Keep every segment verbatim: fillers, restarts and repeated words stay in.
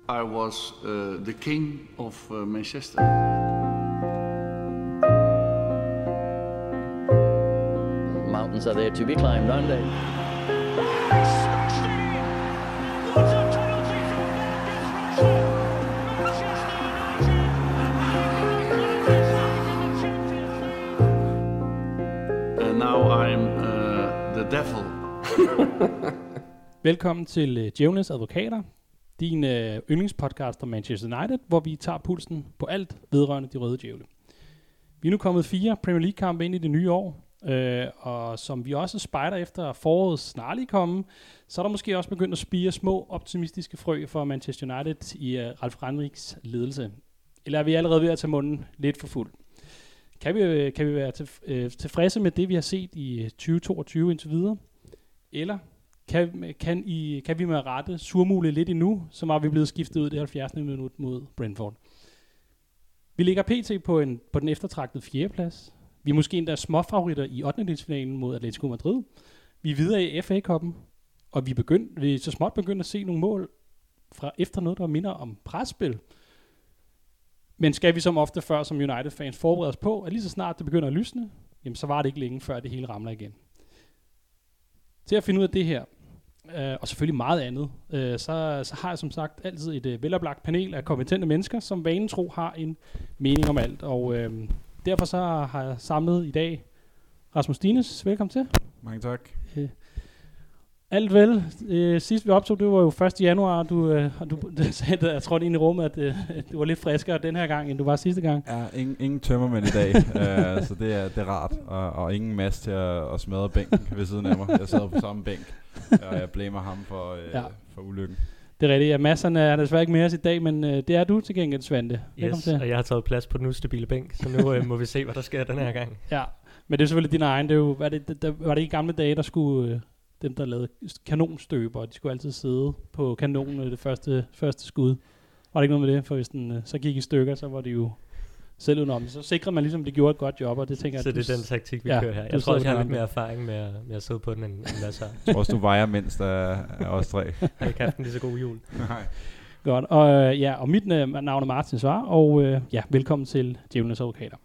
I was uh, the king of uh, Manchester. Mountains are there to be climbed, aren't they? And now I'm uh, the devil. Velkommen til uh, Djævlenes Advokater, din uh, yndlingspodcast om Manchester United, hvor vi tager pulsen på alt vedrørende de røde djævle. Vi er nu kommet fire Premier League-kampe ind i det nye år, øh, og som vi også spejder efter foråret snarligt komme, så er der måske også begyndt at spire små optimistiske frø for Manchester United i uh, Ralf Rangnicks ledelse. Eller er vi allerede ved at tage munden lidt for fuld? Kan vi, kan vi være tilf- øh, tilfredse med det, vi har set i tyve toogtyve indtil videre? Eller kan, kan, I, kan vi med rette surmule lidt endnu, så var vi blevet skiftet ud det halvfjerdsende minut mod Brentford? Vi ligger pt. på, en, på den eftertragtede fjerdeplads. Vi er måske endda småfavoritter i ottendedelsfinalen mod Atletico Madrid. Vi er videre i F A-koppen, og vi er, begyndt, vi er så småt begyndt at se nogle mål fra efter noget, der minder om presspil. Men skal vi som ofte før som United-fans forberede os på, at lige så snart det begynder at lysne, jamen så var det ikke længe før det hele ramler igen. Til at finde ud af det her, øh, og selvfølgelig meget andet, øh, så, så har jeg som sagt altid et øh, veloplagt panel af kompetente mennesker, som vanen tro har en mening om alt. Og øh, derfor så har jeg samlet i dag Rasmus Dines. Velkommen til. Mange tak. Øh, alt vel. Øh, sidst vi optog, det var jo første januar, og du, øh, og du sagde, jeg tror ind i rummet, at, øh, at du var lidt friskere den her gang, end du var sidste gang. Ja, ingen, ingen tømmermænd i dag, uh, så det er, det er rart. Og, og ingen masse til at, at smadre bænken ved siden af mig. Jeg sidder på samme bænk, og jeg blamer ham for, uh, ja. for ulykken. Det er rigtigt. Ja, masserne er desværre ikke med os i dag, men øh, det er du til gengæld, Svante. Yes, til. Og jeg har taget plads på den ustabile bænk, så nu øh, må vi se, hvad der sker den her gang. Ja, men det er selvfølgelig din egen. Det er jo, var, det, der, var det i gamle dage, der skulle øh, dem, der lavede kanonstøber, de skulle altid sidde på kanonen øh, det første, første skud. Var det ikke noget med det? For hvis den øh, så gik i stykker, så var det jo selv udenom. Så sikrede man ligesom, at det gjorde et godt job, og det tænker så jeg... det er den taktik, vi ja, kører her. Jeg tror også, jeg har lidt mere erfaring med at, med at sidde på den, end, end hvad så. Jeg tror også, du vejer mindst af, af os tre. Jeg har ikke haft en lige så god jul. Nej. Godt, og øh, ja, og mit øh, navn er Martin Svar, og øh, ja, velkommen til Djævlenes Advokater.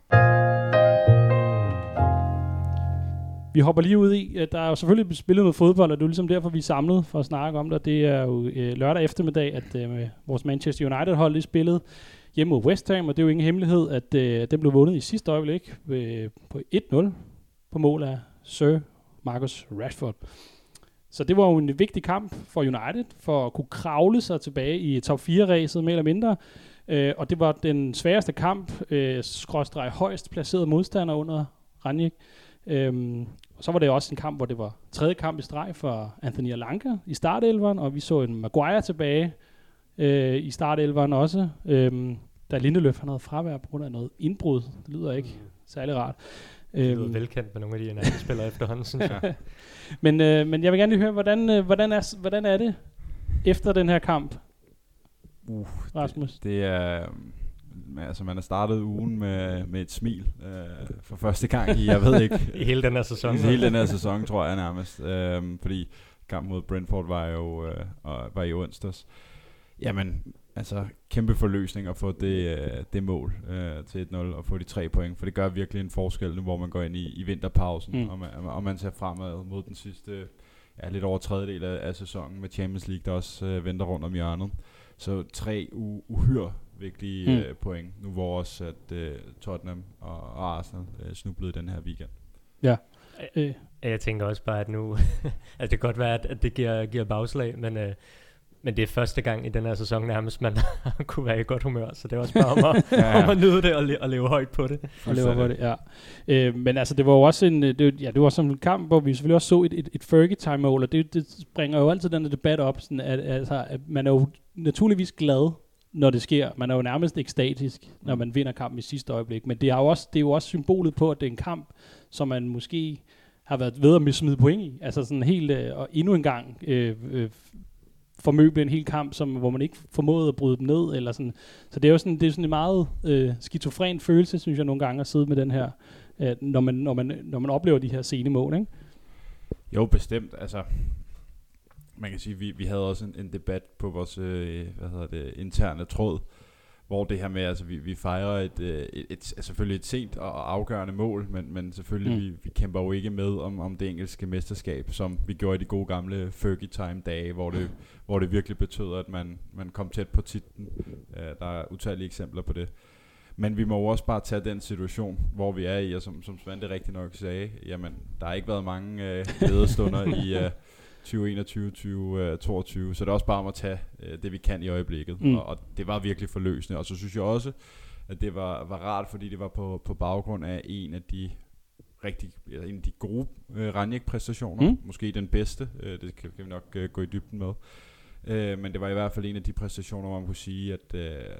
Vi hopper lige ud i, at der er jo selvfølgelig spillet noget fodbold, og det er ligesom derfor, vi er samlet for at snakke om det. Det er jo øh, lørdag eftermiddag, at øh, vores Manchester United-hold lige spillede hjemme mod West Ham, og det er jo ingen hemmelighed, at øh, den blev vundet i sidste øjeblik øh, på et nul på mål af Sir Marcus Rashford. Så det var jo en vigtig kamp for United, for at kunne kravle sig tilbage i top fire-ræset, mere eller mindre. Øh, og det var den sværeste kamp, øh, skråstreg højst placeret modstander under Rangnick. Øhm, og så var det også en kamp, hvor det var tredje kamp i streg for Anthony Alanka i startelveren, og vi så en Maguire tilbage øh, i startelveren også, øhm, da Lindeløf han havde fravær på grund af noget indbrud. Det lyder ikke mm. særlig rart. Det lyder øhm, velkendt med nogle af de United-spillere efterhånden, synes jeg. men, øh, men jeg vil gerne lige høre, hvordan, øh, hvordan, er, hvordan er det efter den her kamp, uh, Rasmus? Det, det er... Altså man har startet ugen med, med et smil øh, for første gang i, jeg ved ikke... I hele den her sæson. I hele den her sæson, tror jeg nærmest. Øh, fordi kamp mod Brentford var jo øh, var i onsdags. Jamen, altså kæmpe forløsning at få det, øh, det mål øh, til et nul og få de tre point. For det gør virkelig en forskel nu, hvor man går ind i, i vinterpausen. Mm. Og, man, og man ser fremad mod den sidste, ja, lidt over tredjedel af, af sæsonen med Champions League, der også øh, venter rundt om hjørnet. Så tre u- uhyre vigtige mm. øh, point, nu hvor også at øh, Tottenham og, og Arsenal øh, snublede den her weekend. Ja. Øh. Jeg tænker også bare, at nu, altså det kan godt være, at, at det giver, giver bagslag, men, øh, men det er første gang i den her sæson nærmest, man kunne være i godt humør, så det er også bare om at, ja, ja. om at nyde det og, le- og leve højt på det. Og leve på det, ja. Øh, men altså, det var jo også en, det, ja, det var sådan en kamp, hvor vi selvfølgelig også så et, et, et Fergie-time-mål, og det, det springer jo altid den debat op, sådan at, altså, at man er jo naturligvis glad, når det sker. Man er jo nærmest ekstatisk, når man vinder kampen i sidste øjeblik. Men det er jo også, det er jo også symbolet på, at det er en kamp, som man måske har været ved at smide point i. Altså sådan helt, øh, og endnu en gang øh, øh, formøble en hel kamp, som, hvor man ikke formåede at bryde dem ned. Eller sådan. Så det er jo sådan, det er sådan en meget øh, skizofren følelse, synes jeg nogle gange, at sidde med den her, øh, når, man, når, man, når man oplever de her sene mål, ikke? Jo, bestemt. Altså, man kan sige, vi, vi havde også en, en debat på vores øh, hvad hedder det, interne tråd, hvor det her med, altså vi, vi fejrer et, et, et, et, selvfølgelig et sent og afgørende mål, men, men selvfølgelig mm. vi, vi kæmper jo ikke med om, om det engelske mesterskab, som vi gjorde i de gode gamle Fergie-time-dage, hvor det, hvor det virkelig betød, at man, man kom tæt på titlen. Uh, der er utallige eksempler på det. Men vi må jo også bare tage den situation, hvor vi er i, og som, som Svante rigtig nok sagde, jamen, der har ikke været mange uh, lederstunder i uh, tyve enogtyve til tyve toogtyve, så det er også bare om at tage uh, det, vi kan i øjeblikket. Mm. Og, og det var virkelig forløsende. Og så synes jeg også, at det var, var rart, fordi det var på, på baggrund af en af de rigtig, eller en af de gode uh, Ranjek-præstationer. Mm. Måske den bedste, uh, det kan, kan vi nok uh, gå i dybden med. Uh, men det var i hvert fald en af de præstationer, hvor man kunne sige, at... Uh,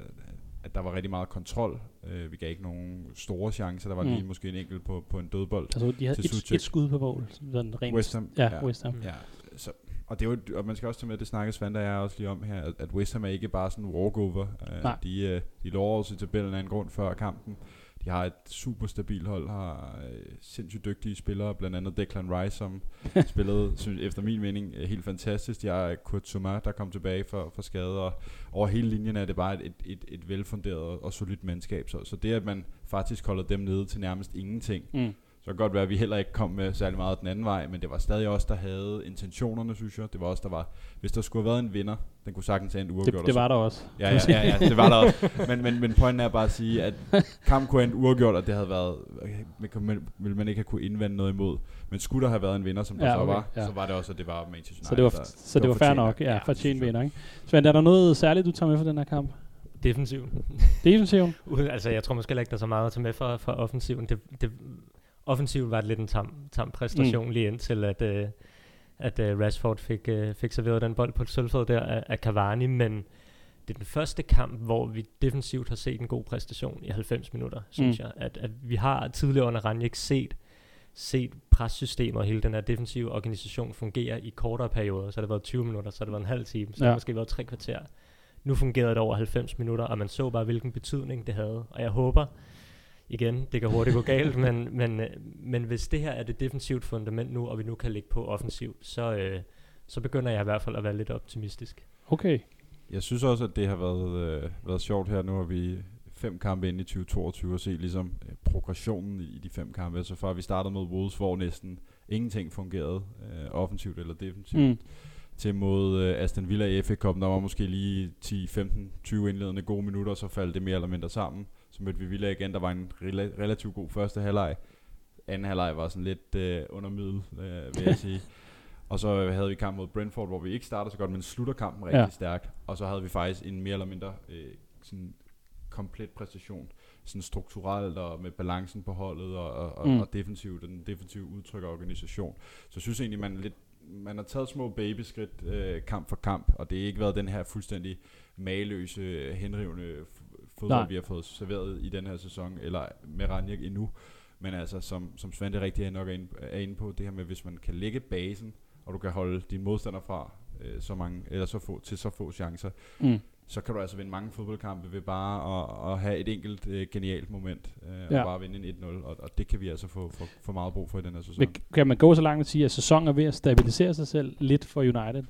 at der var rigtig meget kontrol. Uh, vi gav ikke nogen store chancer. Der var mm. lige måske en enkelt på, på en dødbold. Altså, de havde et, et skud på mål. West Ham. Ja, ja, West Ham. Ja, så, og, det er jo, og man skal også tage med, det snakkes Svante og jeg også lige om her, at, at West Ham er ikke bare sådan en walkover. Uh, de, uh, de lover også i tabellen af en grund før kampen. De har et super stabilt hold, har uh, sindssygt dygtige spillere, blandt andet Declan Rice, som spillede, synes, efter min mening, uh, helt fantastisk. De har Kurt Zouma, der kom tilbage for, for skade, og over hele linjen er det bare et, et, et velfunderet og solidt mandskab. Så, så det, at man faktisk holder dem nede til nærmest ingenting, mm. så kan godt være, at vi heller ikke kom med særlig meget den anden vej, men det var stadig os, der havde intentionerne, synes jeg. Det var os, der var... Hvis der skulle have været en vinder, den kunne sagtens have en uafgjort. Det, det var der også. Ja, ja, ja, ja, det var der også. Men, men, men pointen er bare at sige, at kampen kunne have en uafgjort, og det havde været... Man, ville man ikke have kunne indvende noget imod. Men skulle der have været en vinder, som der ja, okay, så var, ja. så var det også, at det var Manchester United. Så det var, der, så det var, var fair nok, ja, fortjent vinder, ikke? Svend, er der noget særligt, du tager med for den her kamp? Defensiven. Defensiven? Altså, jeg tror måske ikke, der er så meget at tage med for, for offensiven. Det, det, offensiven var lidt en tam, tam præstation mm. lige indtil, at, uh, at uh, Rashford fik, uh, fik serveret den bold på et sølvfad der af, af Cavani, men det er den første kamp, hvor vi defensivt har set en god præstation i halvfems minutter, synes mm. jeg. At, at vi har tidligere under Ranjek set, set pressystemer og hele den her defensive organisation fungere i kortere perioder. Så har det været tyve minutter, så har det været en halv time, så ja. har det måske været tre kvarter. Nu fungerede det over halvfems minutter, og man så bare, hvilken betydning det havde. Og jeg håber, igen, det kan hurtigt gå galt, men, men, men hvis det her er det defensivt fundament nu, og vi nu kan ligge på offensivt, så, øh, så begynder jeg i hvert fald at være lidt optimistisk. Okay. Jeg synes også, at det har været, øh, været sjovt her. Nu har vi fem kampe inde i tyve toogtyve og se ligesom øh, progressionen i de fem kampe. Altså fra vi startede mod Wolves, hvor næsten ingenting fungerede, øh, offensivt eller defensivt, mm. til mod øh, Aston Villa i F A Cup'en. Der var måske lige ti, femten, tyve indledende gode minutter, så faldt det mere eller mindre sammen. Så mødte vi Villa igen. Der var en rela- relativt god første halvleg. Anden halvleg var sådan lidt øh, under middel, øh, vil jeg sige. Og så havde vi kamp mod Brentford, hvor vi ikke startede så godt, men slutter kampen rigtig ja. stærkt. Og så havde vi faktisk en mere eller mindre øh, sådan komplet præstation, sådan strukturelt og med balancen på holdet og, og, mm. og defensivt, den defensive udtryk og organisation. Så jeg synes egentlig, man lidt man har taget små babyskridt øh, kamp for kamp, og det har ikke været den her fuldstændig mageløse, henrivende fodbold, Nej. vi har fået serveret i den her sæson, eller med Ranjek endnu. Men altså, som, som Svante rigtig er nok er inde, er inde på, det her med, hvis man kan lægge basen, og du kan holde dine modstandere fra øh, så mange, eller så få, til så få chancer, mm. så kan du altså vinde mange fodboldkampe ved bare at, at have et enkelt øh, genialt moment, øh, ja. og bare vinde en et nul, og, og det kan vi altså få for, for meget brug for i den her sæson. Men kan man gå så langt at sige, at sæsonen er ved at stabilisere sig selv lidt for United?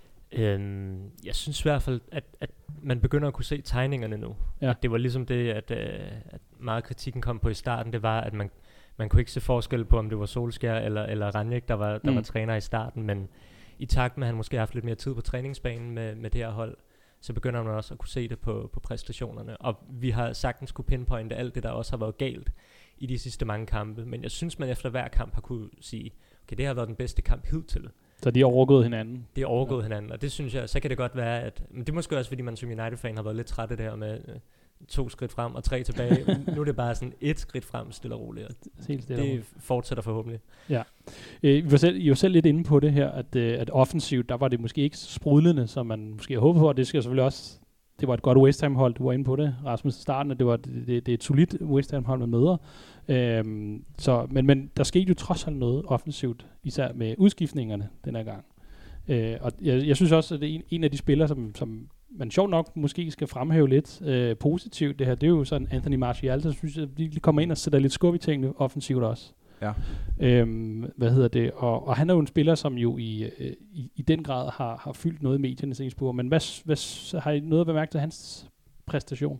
Øhm, jeg synes i hvert fald, at, at man begynder at kunne se tegningerne nu. Ja. At det var ligesom det, at, øh, at meget kritikken kom på i starten, det var, at man, man kunne ikke se forskel på, om det var Solskjær eller, eller Ranjek, der var, der mm. var træner i starten, men i takt med, at han måske har haft lidt mere tid på træningsbanen med, med det her hold, så begynder man også at kunne se det på, på præstationerne. Og vi har sagtens kunne pinpointe alt det, der også har været galt i de sidste mange kampe. Men jeg synes, man efter hver kamp har kunne sige, okay, det har været den bedste kamp hidtil. Så de har overgået hinanden? De har overgået ja. hinanden, og det synes jeg, så kan det godt være, at... Men det er måske også, fordi man som United-fan har været lidt træt af det her med øh, to skridt frem og tre tilbage. Nu er det bare sådan et skridt frem, stille og roligt. Helt stille det roligt. Fortsætter forhåbentlig. Ja. Øh, I, var selv, I var selv lidt inde på det her, at, øh, at offensivt, der var det måske ikke sprudlende, som man måske håbede på, og det skal selvfølgelig også... Det var et godt West Ham-hold, du var inde på det, Rasmus, i starten, at det var det, det, det er et solidt West Ham-hold med møder. Øhm, så, men, men der skete jo trods alt noget offensivt, især med udskiftningerne den her gang. Øh, og jeg, jeg synes også, at det er en, en af de spillere, som, som man sjovt nok måske skal fremhæve lidt øh, positivt. Det her, det er jo sådan Anthony Martial, der synes jeg, de kommer ind og sætter lidt skub i tingene offensivt også. Ja. Øhm, hvad hedder det? Og, og han er jo en spiller, som jo i, øh, i, i den grad har, har fyldt noget i medierne seneste på. Men hvad, hvad, har I noget at bemærke til hans præstation?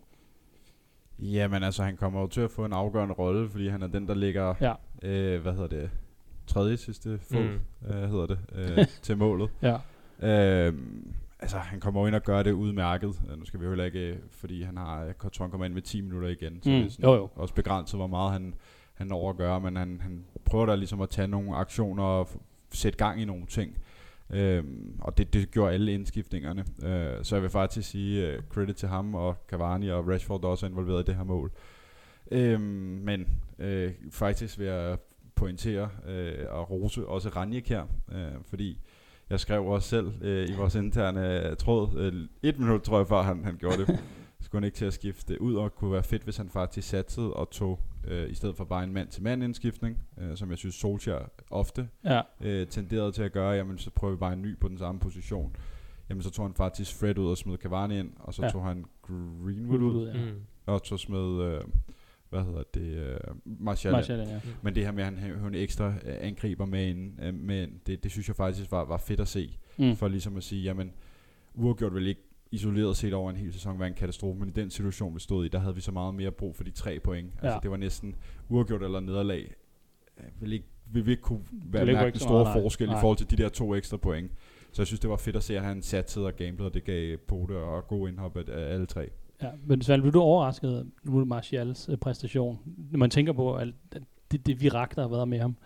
Jamen altså, han kommer jo til at få en afgørende rolle, fordi han er den, der ligger, ja. øh, hvad hedder det, tredje sidste fod, mm. øh, hedder det, øh, til målet. Ja. Øh, altså, han kommer jo ind og gør det udmærket. Uh, nu skal vi jo heller ikke, fordi han har, Courtois kommer ind med ti minutter igen, så mm. det er sådan jo, jo. også begrænset, hvor meget han, han når at gøre, men han, han prøver da ligesom at tage nogle aktioner og f- sætte gang i nogle ting. Øhm, og det, det gjorde alle indskiftningerne. Øh, så jeg vil faktisk sige uh, credit til ham og Cavani og Rashford, der også er involveret i det her mål. Øhm, men øh, faktisk vil jeg pointere øh, og rose også Ranjik her, øh, fordi jeg skrev også selv øh, i vores interne tråd, øh, et minut tror jeg før han, han gjorde det, skulle han ikke til at skifte ud, og kunne være fedt, hvis han faktisk satsede og tog, øh, i stedet for bare en mand-til-mand indskiftning, øh, som jeg synes Solskjaer ofte ja. øh, tenderede til at gøre, jamen så prøver vi bare en ny på den samme position. Jamen så tog han faktisk Fred ud og smed Cavani ind, og så ja. tog han Greenwood ud, ja. mm. og så smed, øh, hvad hedder det, øh, Martial. Martial ja. Men det her med, at han havde en ekstra øh, angriber med ind, øh, men det, det synes jeg faktisk var, var fedt at se, mm. for ligesom at sige, jamen uafgjort vel ikke isoleret set over en hel sæson være en katastrofe, men i den situation vi stod i, der havde vi så meget mere brug for de tre point. Altså ja. det var næsten uafgjort eller nederlag. Vil ikke, vi vil ikke kunne være mærke en stor meget, forskel nej. i forhold til de der to ekstra point. Så jeg synes det var fedt at se, at han satsede og gamblede, og det gav Pote og god indhop af alle tre. Ja, men Svend, blev du overrasket nu Martials øh, præstation, når man tænker på at det, det virak, der har været med ham?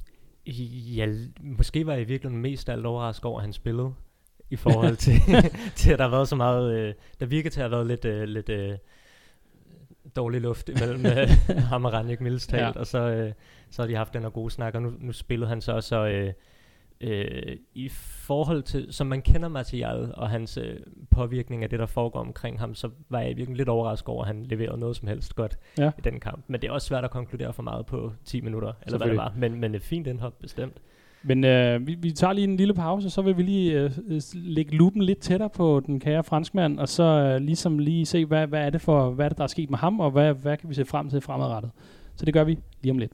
Ja, måske var jeg virkelig mest alt overrasket over, at han spillede, i forhold til, til at der har været så meget, øh, der virker til at have været lidt, øh, lidt øh, dårlig luft imellem øh, ham og Ranjik mildest talt, ja. og så, øh, så har de haft den her gode snak, og nu, nu spillede han så også øh, øh, i forhold til, som man kender Martial og hans øh, påvirkning af det, der foregår omkring ham, så var jeg virkelig lidt overrasket over, at han leverede noget som helst godt ja. i den kamp. Men det er også svært at konkludere for meget på ti minutter, eller hvad det var, men, men et fint indhop bestemt. Men øh, vi, vi tager lige en lille pause, så vil vi lige øh, lægge lupen lidt tættere på den kære franskmand, og så øh, ligesom lige se, hvad, hvad er det for, hvad er det, der er sket med ham, og hvad, hvad kan vi se frem til fremadrettet. Så det gør vi lige om lidt.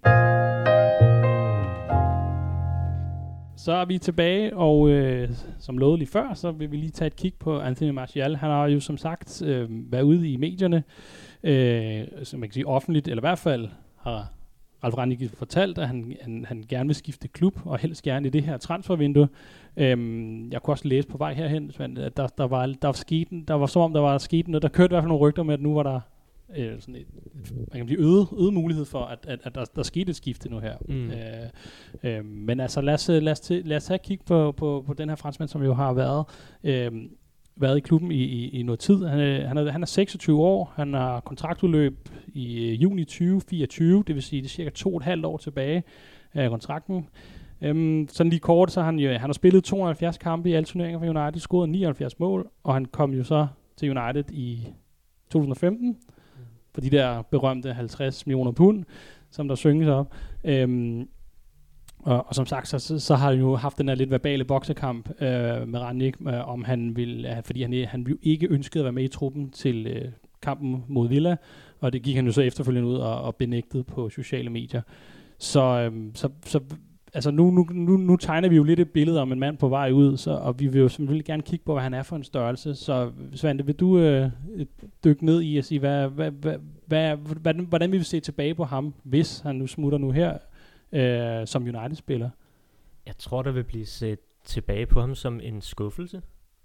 Så er vi tilbage, og øh, som lovet lige før, så vil vi lige tage et kig på Anthony Martial. Han har jo som sagt øh, været ude i medierne, øh, som man kan sige offentligt, eller i hvert fald har Ralf Rangnick fortalt, at han, han, han gerne vil skifte klub, og helst gerne i det her transfervindue. Øhm, jeg kunne også læse på vej herhen, at der, der, var, der, var sket, der var som om, der var sket noget. Der kørte i hvert fald nogle rygter med, at nu var der øh, sådan et, man kan sige, øget, øget mulighed for, at, at, at der, der skete et skifte nu her. Mm. Øh, øh, men altså, lad os, lad os, til, lad os tage et kig på, på, på den her franskmand, som jo har været... Øh, været i klubben i, i, i noget tid. Han er, han, er, han er seksogtyve år. Han har kontraktudløb i uh, juni tyve fireogtyve, det vil sige, det er cirka to og et halvt år tilbage af kontrakten. Um, sådan lige kort, så han, jo, han har spillet tooghalvfjerds kampe i alle turneringer for United, scoret nioghalvfjerds mål, og han kom jo så til United i to tusind og femten, mm. for de der berømte halvtreds millioner pund, som der synges op. Um, Og, og som sagt, så, så, så har han jo haft den her lidt verbale boksekamp øh, med Rangnick, øh, om han vil, øh, fordi han, han jo ikke ønskede at være med i truppen til øh, kampen mod Villa, og det gik han jo så efterfølgende ud og, og benægtede på sociale medier. Så, øh, så, så altså nu, nu, nu, nu tegner vi jo lidt et billede om en mand på vej ud, så, og vi vil jo selvfølgelig gerne kigge på, hvad han er for en størrelse. Så Svante, vil du øh, dykke ned i at sige, hvad, hvad, hvad, hvad, hvordan, hvordan vi vil se tilbage på ham, hvis han nu smutter nu her, Øh, som United-spiller? Jeg tror, der vil blive set tilbage på ham som en skuffelse.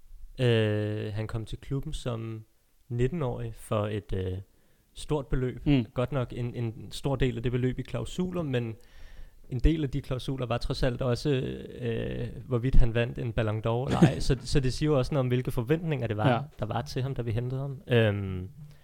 Øh, han kom til klubben som nitten-årig for et øh, stort beløb. Mm. Godt nok en, en stor del af det beløb i klausuler, men en del af de klausuler var trods alt også, øh, hvorvidt han vandt en Ballon d'Or eller ej. så, så det siger jo også noget om, hvilke forventninger det var, ja. der var til ham, da vi hentede ham. Øhm,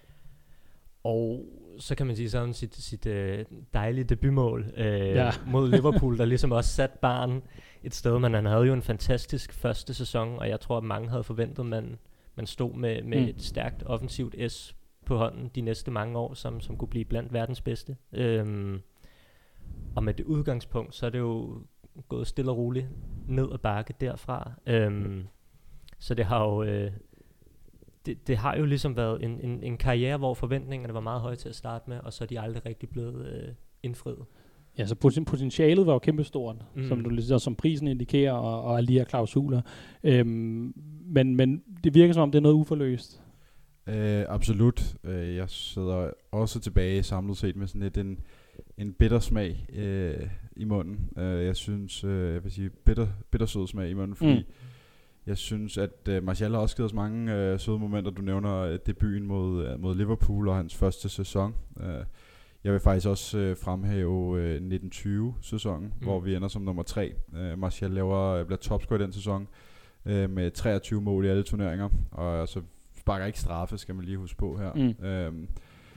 og så kan man sige sådan sit, sit øh, dejlige debutmål øh, ja. mod Liverpool, der ligesom også satte barn et sted, men han havde jo en fantastisk første sæson, og jeg tror, at mange havde forventet, at man, man stod med, med mm. et stærkt offensivt S på hånden de næste mange år, som, som kunne blive blandt verdens bedste. Øhm, og med det udgangspunkt, så er det jo gået stille og roligt ned ad bakke derfra. Øhm, så det har jo... Øh, Det, det har jo ligesom været en, en, en karriere, hvor forventningerne var meget høje til at starte med, og så er de aldrig rigtig blevet øh, indfriet. Ja, så poten- potentialet var jo kæmpestort, Mm. som du ligesom, som prisen indikerer, og, og alle de her klausuler. Øhm, men, men det virker som om, det er noget uforløst. Øh, absolut. Øh, jeg sidder også tilbage samlet set med sådan lidt en, en bitter smag øh, i munden. Øh, jeg synes, øh, jeg vil sige bitter, bittersød smag i munden, fordi mm. jeg synes, at øh, Martial har også givet os mange øh, søde momenter. Du nævner øh, debuten mod, øh, mod Liverpool og hans første sæson. Øh, jeg vil faktisk også øh, fremhæve øh, nitten tyve-sæsonen, mm. hvor vi ender som nummer tre. Øh, Martial laver, øh, bliver topscorer i den sæson øh, med treogtyve mål i alle turneringer, og så sparker ikke straffe, skal man lige huske på her. Mm. Øhm,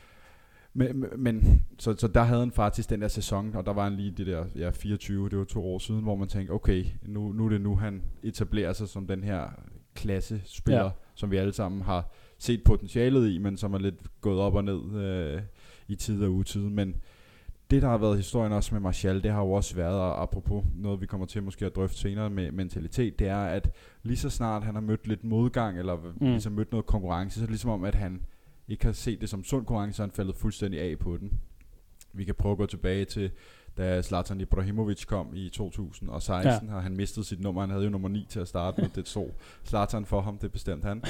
men men så, så der havde han faktisk den der sæson, og der var han lige de der ja, fireogtyve, det var to år siden, hvor man tænkte, okay, nu, nu er det nu, han etablerer sig som den her klassespiller, ja. som vi alle sammen har set potentialet i, men som er lidt gået op og ned øh, i tid og utid. Men det, der har været historien også med Martial, det har jo også været, og apropos noget, vi kommer til måske at drøfte senere med mentalitet, det er, at lige så snart han har mødt lidt modgang, eller mm. ligesom mødt noget konkurrence, så er det ligesom om, at han ikke har set det som sund konkurrence, så han faldet fuldstændig af på den. Vi kan prøve at gå tilbage til, da Zlatan Ibrahimovic kom i to tusind og seksten, ja. har han mistet sit nummer. Han havde jo nummer ni til at starte med. Det så Zlatan for ham, det bestemte han.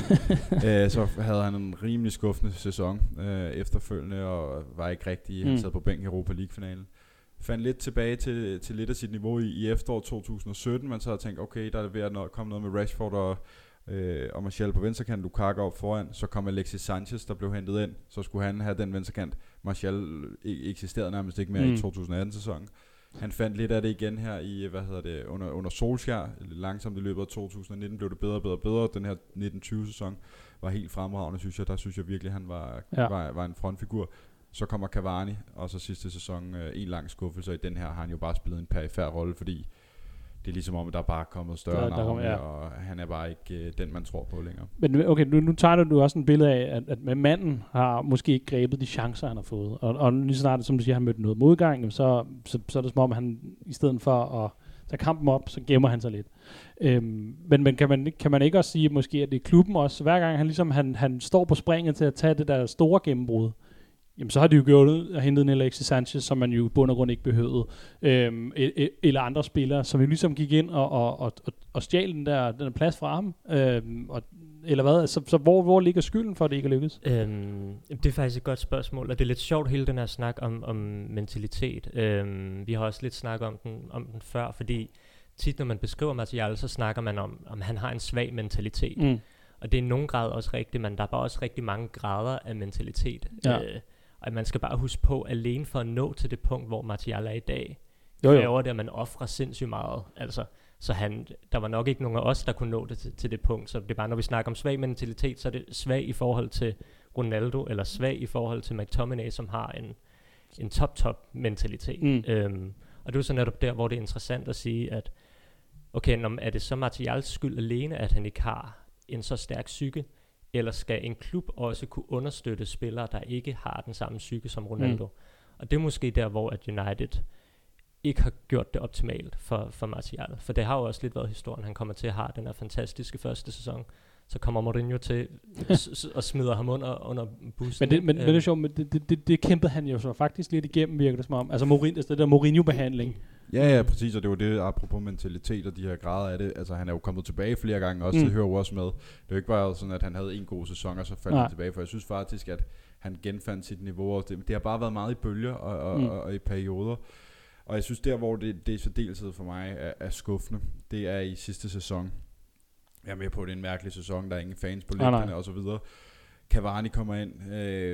Æ, så havde han en rimelig skuffende sæson øh, efterfølgende, og var ikke rigtig, mm. han sad på bænken i Europa League-finalen. Fandt lidt tilbage til, til lidt af sit niveau i, i efteråret to tusind og sytten, men så havde tænkt, okay, der er ved at nå, komme noget med Rashford og, øh, og Martial på venstrekant, Lukaku op foran. Så kom Alexis Sanchez, der blev hentet ind, så skulle han have den venstrekant. Martial eksisterede nærmest ikke mere mm. i to tusind og atten-sæsonen. Han fandt lidt af det igen her i, hvad hedder det, under, under Solskjaer. Langsomt i løbet af to tusind og nitten blev det bedre og bedre og bedre. Den her nitten tyve-sæson var helt fremragende, synes jeg. Der synes jeg virkelig, han var, ja. var, var en frontfigur. Så kommer Cavani, og så sidste sæson øh, en lang skuffelse. I den her har han jo bare spillet en perifær rolle, fordi det er ligesom om, at der er bare kommet større navne, ja. og han er bare ikke øh, den, man tror på længere. Men okay, nu, nu tager du også en billede af, at, at manden har måske ikke grebet de chancer, han har fået. Og, og lige snart, som du siger, han mødte noget modgang, så, så, så er det som om, han i stedet for at tage kampen op, så gemmer han sig lidt. Øhm, men men kan, man, kan man ikke også sige, måske, at det er klubben også, hver gang han ligesom han, han står på springet til at tage det der store gennembrud, jamen så har de jo gjort det og hentet en Alexis Sanchez, som man jo i bund og grund ikke behøvede, øhm, eller andre spillere, som jo ligesom gik ind og, og, og, og stjal den der, den der plads fra ham, øhm, og, eller hvad? Så, så hvor, hvor ligger skylden for, at det ikke er lykkedes? Øhm, det er faktisk et godt spørgsmål, og det er lidt sjovt hele den her snak om, om mentalitet. Øhm, vi har også lidt snakket om den, om den før, fordi tit når man beskriver Martial, så snakker man om, om han har en svag mentalitet. Mm. Og det er i nogen grad også rigtigt, men der er bare også rigtig mange grader af mentalitet. Ja. Øh, Og man skal bare huske på, alene for at nå til det punkt, hvor Martial er i dag, kræver det, at man offrer sindssygt meget. Altså, så han, der var nok ikke nogen af os, der kunne nå det til, til det punkt. Så det er bare, når vi snakker om svag mentalitet, så er det svag i forhold til Ronaldo, eller svag i forhold til McTominay, som har en, en top-top mentalitet. Mm. Øhm, og det er så netop der, hvor det er interessant at sige, at okay, når, er det så Martials skyld alene, at han ikke har en så stærk psyke, eller skal en klub også kunne understøtte spillere, der ikke har den samme psyke som Ronaldo? Mm. Og det er måske der, hvor at United ikke har gjort det optimalt for, for Martial. For det har jo også lidt været historien. Han kommer til at have den her fantastiske første sæson. Så kommer Mourinho til s- s- og smider ham under, under bussen. Men det, men, øh. men det er sjovt, men det, det, det, det kæmpede han jo så faktisk lidt igennem, virker det som om. Altså Mourinho, det der Mourinho-behandling. Ja, ja, præcis, og det var det, apropos mentalitet og de her grader af det. Altså, han er jo kommet tilbage flere gange også, mm. det hører jo også med. Det er jo ikke bare sådan, at han havde en god sæson, og så faldt han tilbage, for jeg synes faktisk, at han genfandt sit niveau, og det, det har bare været meget i bølger og, og, mm. og, og i perioder. Og jeg synes, der hvor det, det er særdeleshed for mig er, er skuffende, det er i sidste sæson. Jeg er med på, at det er en mærkelig sæson, der er ingen fans på lægterne og så videre. Cavani kommer ind, øh,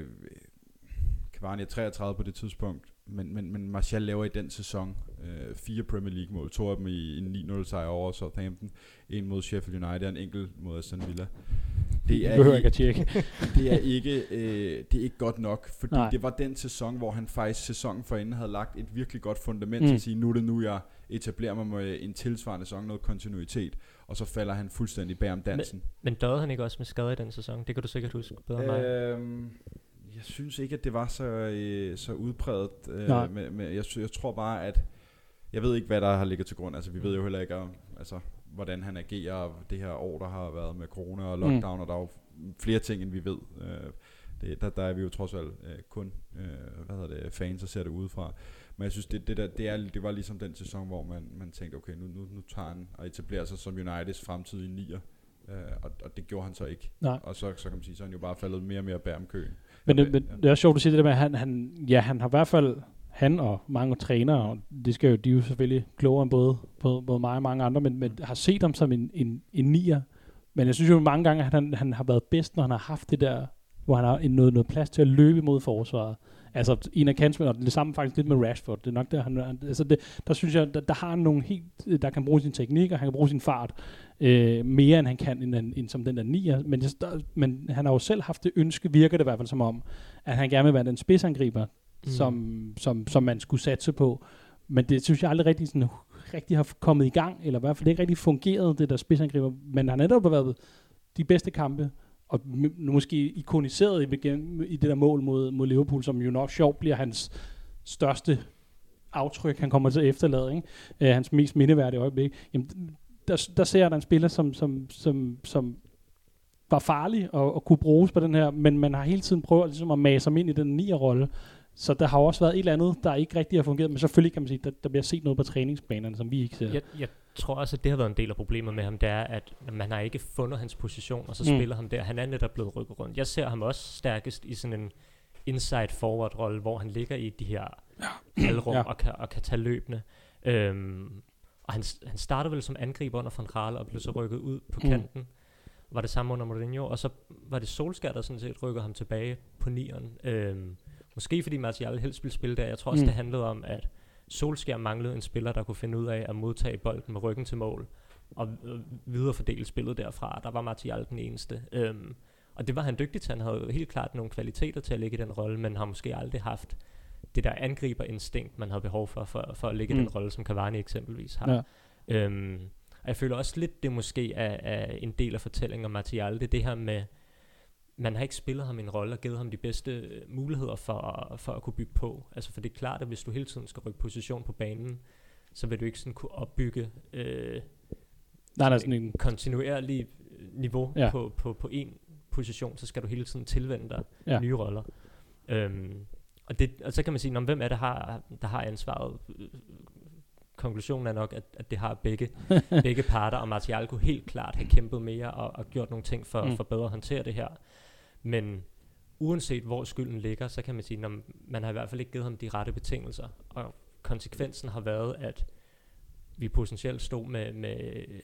Cavani er treogtredive på det tidspunkt, men, men, men Martial laver i den sæson øh, fire Premier League mål, to af dem i en ni nul sejr over Southampton, en mod Sheffield United og en enkelt mod Aston Villa. Det er, ikke, ikke det er ikke øh, det er ikke godt nok, fordi Nej. det var den sæson, hvor han faktisk sæsonen forinden havde lagt et virkelig godt fundament mm. til at sige, nu er det nu, jeg etablerer mig med en tilsvarende sæson, noget kontinuitet, og så falder han fuldstændig bag om dansen. Men, men døde han ikke også med skade i den sæson? Det kan du sikkert huske bedre end mig. Øhm, jeg synes ikke, at det var så, øh, så udpræget. Øh, med, med, jeg, jeg tror bare, at jeg ved ikke, hvad der har ligget til grund. Altså, vi ved jo heller ikke, om, altså, hvordan han agerer det her år, der har været med corona og lockdown, mm. og der er jo flere ting, end vi ved. Øh, det, der, der er vi jo trods alt øh, kun øh, hvad hedder det, fans, der ser det udefra. Men jeg synes, det, det, der, det, er, det var ligesom den sæson, hvor man, man tænkte, okay, nu, nu, nu tager han og etablerer sig som Uniteds fremtidige nier. Uh, og, og det gjorde han så ikke. Nej. Og så, så kan man sige, så er han jo bare faldet mere og mere bag om køen. Men, det, men det er sjovt, du siger det der med, at han, han, ja, han har i hvert fald, han og mange trænere, og det skal jo, de er jo selvfølgelig klogere end både, både, både mig og mange andre, men, men har set ham som en, en, en nier. Men jeg synes jo mange gange, at han, han har været bedst, når han har haft det der, hvor han har noget, noget plads til at løbe mod forsvaret. Altså en af kantsmænd, og det samme faktisk lidt med Rashford. Det er nok der, han, altså det, der synes jeg, der, der har han nogle helt, der kan bruge sin teknik, og han kan bruge sin fart øh, mere, end han kan, end, end som den der nier. Men, det, der, men han har jo selv haft det ønske, virker det i hvert fald som om, at han gerne vil være den spidsangriber, mm. som, som, som man skulle satse på. Men det synes jeg aldrig rigtig, sådan, rigtig har kommet i gang, eller i hvert fald ikke rigtig fungeret, det der spidsangriber. Men han har netop været de bedste kampe, og m- måske ikoniseret i, i det der mål mod, mod Liverpool, som jo nok sjovt bliver hans største aftryk, han kommer til at efterlade, ikke? Uh, hans mest mindeværdige øjeblik. Jamen, der, der ser jeg en spiller, som, som, som, som var farlig og, og kunne bruges på den her, men man har hele tiden prøvet ligesom, at mase ham ind i den nier-rolle. Så der har også været et eller andet, der ikke rigtig har fungeret, men selvfølgelig kan man sige, der, der bliver set noget på træningsplanerne, som vi ikke ser. Jeg, jeg tror også, at det har været en del af problemet med ham, det er, at man har ikke fundet hans position, og så Mm. spiller ham der. Han er netop blevet rykket rundt. Jeg ser ham også stærkest i sådan en inside forward rolle, hvor han ligger i de her halvrum Ja. og, kan, og kan tage løbende. Øhm, og han, han startede vel som angriber under Van Gaal og blev så rykket ud på Mm. kanten. Var det samme under Mourinho, og så var det Solskjaer, der sådan set rykkede ham tilbage på nieren. Øhm, måske fordi Martial helst ville spille der. Jeg tror også, Mm. det handlede om, at Solskjaer manglede en spiller, der kunne finde ud af at modtage bolden med ryggen til mål og øh, viderefordele spillet derfra. Der var Martial den eneste. Øhm, og det var han dygtig til. Han havde jo helt klart nogle kvaliteter til at ligge i den rolle, men har måske aldrig haft det der angriberinstinkt, man havde behov for, for, for at ligge Mm. i den rolle, som Cavani eksempelvis har. Ja. Øhm, og jeg føler også lidt, det måske er, er en del af fortællingen om Martial. Det er det her med, man har ikke spillet ham en rolle og givet ham de bedste øh, muligheder for, for at kunne bygge på. Altså for det er klart, at hvis du hele tiden skal rykke position på banen, så vil du ikke sådan kunne opbygge øh, Nej, der er sådan en, kontinuerlig niveau Ja. på, på, på en position, så skal du hele tiden tilvende dig Ja. ja. nye roller. Øhm, og, det, og så kan man sige, hvem er det, har, der har ansvaret? Konklusionen er nok, at, at det har begge, begge parter, og Martial kunne helt klart have kæmpet mere og, og gjort nogle ting for, Mm. for bedre at håndtere det her. Men uanset hvor skylden ligger, så kan man sige, at man har i hvert fald ikke givet ham de rette betingelser. Og konsekvensen har været, at vi potentielt stod med, med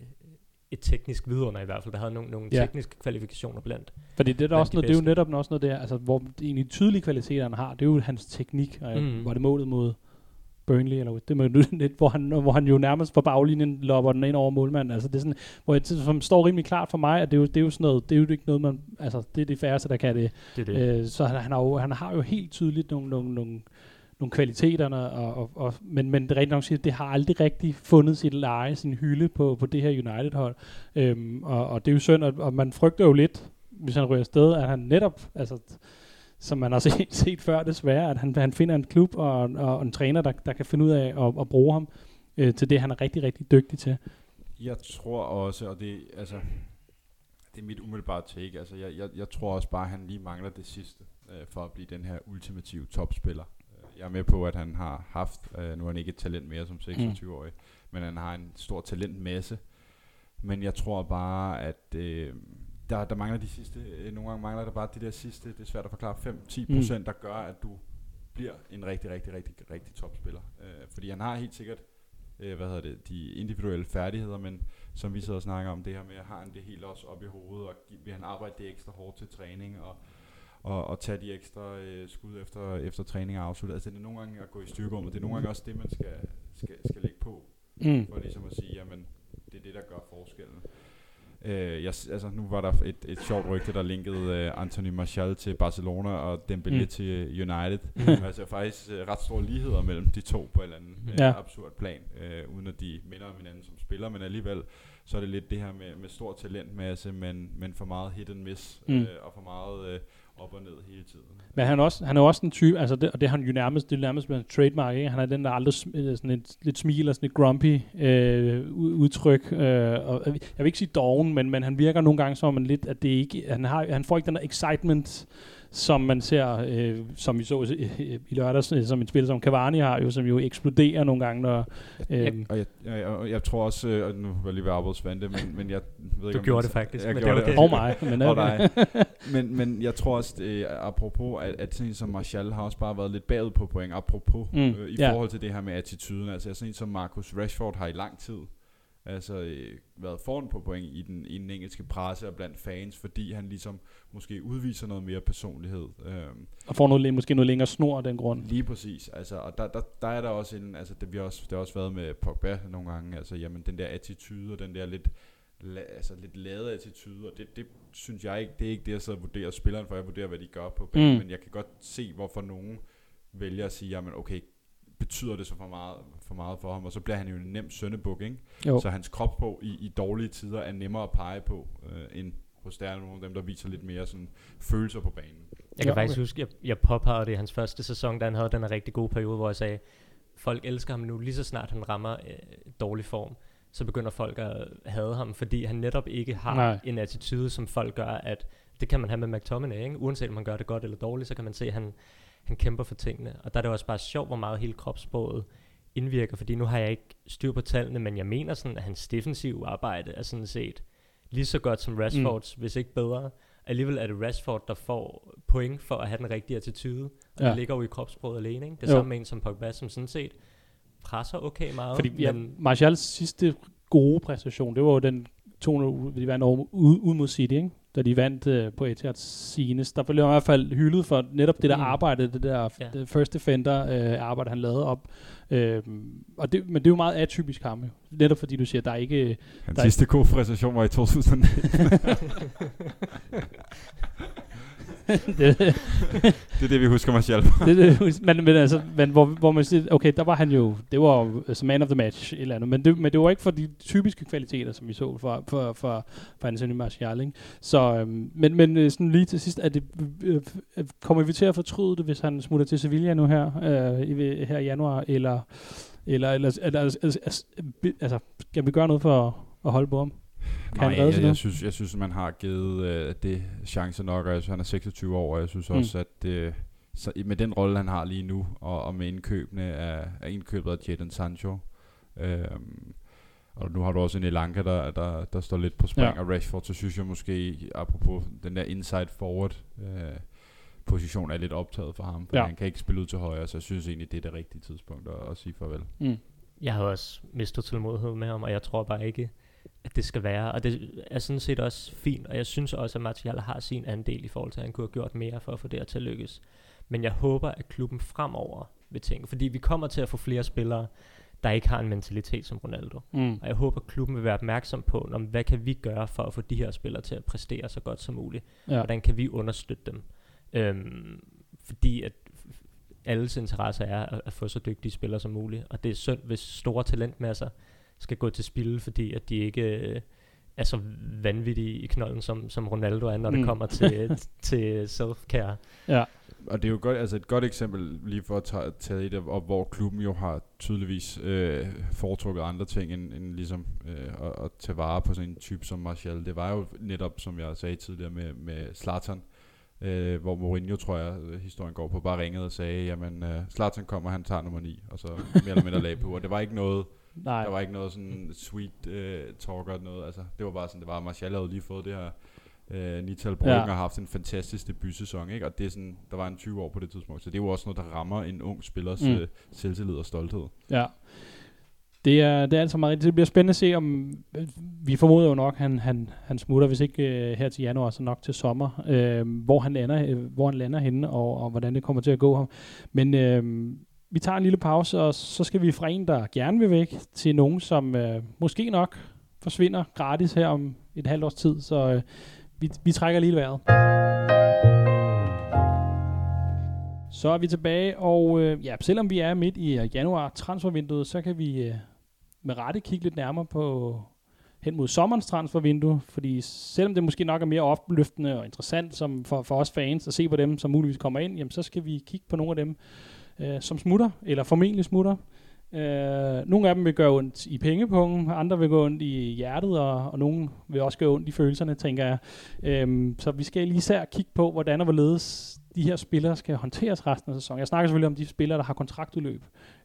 et teknisk vidunder i hvert fald, der havde nogle, nogle Ja. tekniske kvalifikationer blandt. fordi det er, der blandt også de noget, det er jo bedste. netop også noget der, altså, hvor det egentlig tydelige kvaliteter, han har, det er jo hans teknik, og Mm. var det målet mod Burnley, eller det er lidt, hvor han, hvor han jo nærmest på baglinjen lopper den ind over målmanden. Altså det er sådan, hvor det som står rimelig klart for mig, at det er jo, det er jo sådan noget, det er jo ikke noget, man, altså det er det færreste, der kan det. Det er det. Øh, så han, han, har jo, han har jo helt tydeligt nogle, nogle, nogle, nogle kvaliteterne, og, og, og, men, men det er rigtigt nok at sige, at det har aldrig rigtig fundet sit leje, sin hylde på, på det her United-hold. Øhm, og, og det er jo synd, og, og man frygter jo lidt, hvis han ryger afsted, at han netop, altså som man har set, set før desværre, at han, han finder en klub og, og en træner, der, der kan finde ud af at, at bruge ham øh, til det, han er rigtig, rigtig dygtig til. Jeg tror også, og det, altså, det er mit umiddelbare take, altså jeg, jeg, jeg tror også bare, at han lige mangler det sidste, øh, for at blive den her ultimative topspiller. Øh, Jeg er med på, at han har haft, øh, nu er han ikke et talent mere som seksogtyve-årig, mm. men han har en stor talentmasse. Men jeg tror bare, at øh, der, der mangler de sidste, øh, nogle gange mangler der bare de der sidste, det er svært at forklare, fem til ti procent, mm. der gør, at du bliver en rigtig, rigtig, rigtig, rigtig topspiller. Øh, fordi han har helt sikkert, øh, hvad hedder det, de individuelle færdigheder, men som vi sidder og snakker om det her med, har han det helt også op i hovedet, og vil han arbejde det ekstra hårdt til træning, og Og, og tage de ekstra øh, skud efter, efter træning og afslutte. Altså det er nogle gange at gå i styrkerummet. Det er nogle gange også det, man skal, skal, skal lægge på. Mm. For ligesom at sige, jamen det er det, der gør forskellen. Øh, jeg, altså nu var der et, et sjovt rygte, der linkede øh, Anthony Martial til Barcelona og Dembélé mm. til United. Mm. Altså faktisk øh, ret store ligheder mellem de to på en eller anden øh, ja. absurd plan. Øh, uden at de minder om hinanden som spiller, men alligevel så er det lidt det her med, med stor talentmasse, men, men for meget hit and miss, mm. øh, og for meget øh, op og ned hele tiden. Men han er også, han er også en type, altså det, og det har han jo nærmest, det er nærmest blevet en trademark, ikke? Han er den, der aldrig sm- sådan et, lidt smil og sådan et grumpy øh, udtryk. Øh, og jeg vil ikke sige doven, men, men han virker nogle gange som en lidt, at det ikke, han, har, han får ikke den der excitement, som man ser, øh, som vi så øh, i lørdags, øh, som en spiller som Cavani har jo, som jo eksploderer nogle gange, når... Øh, jeg, og jeg, jeg, jeg, jeg tror også, øh, og nu var jeg lige ved at afbryde Svante, men, men jeg ved ikke... Du gjorde det faktisk, jeg men gjorde det er okay. Og mig, men... og dig. men, men jeg tror også, øh, apropos, at, at sådan en som Martial har også bare været lidt bagud på point, apropos mm, øh, i ja. forhold til det her med attituden. Altså sådan en som Marcus Rashford har i lang tid altså øh, været foran på point i den, i den engelske presse og blandt fans, fordi han ligesom måske udviser noget mere personlighed. Øhm, og får noget, måske noget længere snor af den grund. Lige præcis. Altså, og der, der, der er der også en, altså det, vi også, det har også været med Pogba nogle gange, altså jamen den der attitude og den der lidt, la, altså lidt lade attitude, og det, det synes jeg ikke, det er ikke det, jeg sidder og vurderer spilleren, for jeg vurderer, hvad de gør på banen, mm. men jeg kan godt se, hvorfor nogen vælger at sige, jamen okay, betyder det så for meget, for meget for ham, og så bliver han jo en nem søndebuk, ikke? Så hans kropsprog i, i dårlige tider er nemmere at pege på, øh, end hos der er nogle af dem, der viser lidt mere sådan følelser på banen. Jeg kan ja, faktisk okay. huske, jeg, jeg påpegede det i hans første sæson, da han havde den her rigtig gode periode, hvor jeg sagde, folk elsker ham nu, lige så snart han rammer øh, dårlig form, så begynder folk at hade ham, fordi han netop ikke har Nej. en attitude, som folk gør, at det kan man have med McTominay, ikke? Uanset om man gør det godt eller dårligt, så kan man se, at han han kæmper for tingene, og der er det også bare sjovt, hvor meget hele kropssproget indvirker, fordi nu har jeg ikke styr på tallene, men jeg mener sådan, at hans defensive arbejde er sådan set lige så godt som Rashfords, mm. hvis ikke bedre. Alligevel er det Rashford, der får point for at have den rigtige attitude, og ja. det ligger jo i kropssproget alene, ikke? Det er samme med en som Pogba, som sådan set presser okay meget. Fordi ja, Martials sidste gode præstation, det var jo den to nul, de vandt over ud, ud mod City, ikke? Da de vandt øh, på Etihad senest. Der blev i hvert fald hyldet for netop det der mm. arbejde, det der ja. det first defender øh, arbejde, han lavede op. Øh, og det, men det er jo meget atypisk ham, jo. Netop fordi du siger, der er ikke... Hans der sidste gode præstation var i to tusind nitten. det, det er det, vi husker Martial. det, det, men, men altså, men, hvor, hvor man siger, okay, der var han jo, det var altså man of the match, et eller andet, men det, men det var ikke for de typiske kvaliteter, som vi så for, for, for, for Anthony Martial, ikke? Så, øhm, men, men sådan lige til sidst, er det, øh, kommer vi til at fortryde det, hvis han smutter til Sevilla nu her, øh, i, her i januar, eller, eller, eller eller, altså, altså, altså, kan vi gøre noget for at holde på ham? Kan Nej, jeg, jeg, synes, jeg synes, man har givet øh, det chance nok, og jeg synes, han er seksogtyve år, og jeg synes mm. også, at øh, så, med den rolle, han har lige nu, og, og med indkøbene af, af indkøbet af Jadon Sancho, øh, og nu har du også en Elanga, der, der, der står lidt på spring, ja. og Rashford, så synes jeg måske, apropos den der inside forward øh, position, er lidt optaget for ham, for ja. han kan ikke spille ud til højre, så jeg synes egentlig, det er det rigtige tidspunkt at, at sige farvel. Mm. Jeg har også mistet tålmodighed med ham, og jeg tror bare ikke, at det skal være, og det er sådan set også fint, og jeg synes også, at Martial har sin andel i forhold til, at han kunne have gjort mere for at få det her til at lykkes. Men jeg håber, at klubben fremover vil tænke, fordi vi kommer til at få flere spillere, der ikke har en mentalitet som Ronaldo. Mm. Og jeg håber, at klubben vil være opmærksom på, om, hvad kan vi gøre for at få de her spillere til at præstere så godt som muligt. Ja. Hvordan kan vi understøtte dem? Øhm, fordi at alles interesse er at, at få så dygtige spillere som muligt, og det er synd, hvis store talentmasser skal gå til spil, fordi at de ikke øh, er så vanvittige i knolden, som, som Ronaldo er, når mm. det kommer til, til self-care. Ja. Og det er jo godt, altså et godt eksempel, lige for at tage, tage det op, hvor klubben jo har tydeligvis øh, foretrukket andre ting, end, end ligesom øh, at, at tage vare på sådan en type som Martial. Det var jo netop, som jeg sagde tidligere, med, med Zlatan, øh, hvor Mourinho, tror jeg, historien går på, bare ringede og sagde, jamen øh, Zlatan kommer, han tager nummer ni, og så mere eller mindre lag på, og det var ikke noget, Nej. Der var ikke noget sådan sweet uh, talk eller noget, altså det var bare sådan, det var, Martial havde lige fået det her uh, nital point, ja. og har haft en fantastisk debutsæson, ikke? Og det er sådan, der var en tyve år på det tidspunkt, så det er jo også noget, der rammer en ung spillers mm. uh, selvtillid og stolthed. Ja, det er, det er altså meget rigtigt. Det bliver spændende at se, om vi formoder jo nok, han, han, han smutter, hvis ikke uh, her til januar, så nok til sommer, uh, hvor, han lander, uh, hvor han lander henne, og, og hvordan det kommer til at gå ham. Men uh, vi tager en lille pause, og så skal vi fra en, der gerne vil væk, til nogen, som øh, måske nok forsvinder gratis her om et halvt års tid. Så øh, vi, vi trækker lige vejret. Så er vi tilbage, og øh, ja, selvom vi er midt i januar transfervinduet, så kan vi øh, med rette kigge lidt nærmere på hen mod sommerens transfervindue, fordi selvom det måske nok er mere opløftende og interessant som for, for os fans at se på dem, som muligvis kommer ind, jamen, så skal vi kigge på nogle af dem, øh, som smutter, eller formentlig smutter. Øh, nogle af dem vil gøre ondt i pengepungen, andre vil gå ondt i hjertet, og, og nogle vil også gøre ondt i følelserne, tænker jeg. Øh, så vi skal lige især kigge på, hvordan og hvorledes de her spillere skal håndteres resten af sæsonen. Jeg snakker selvfølgelig om de spillere, der har kontraktudløb.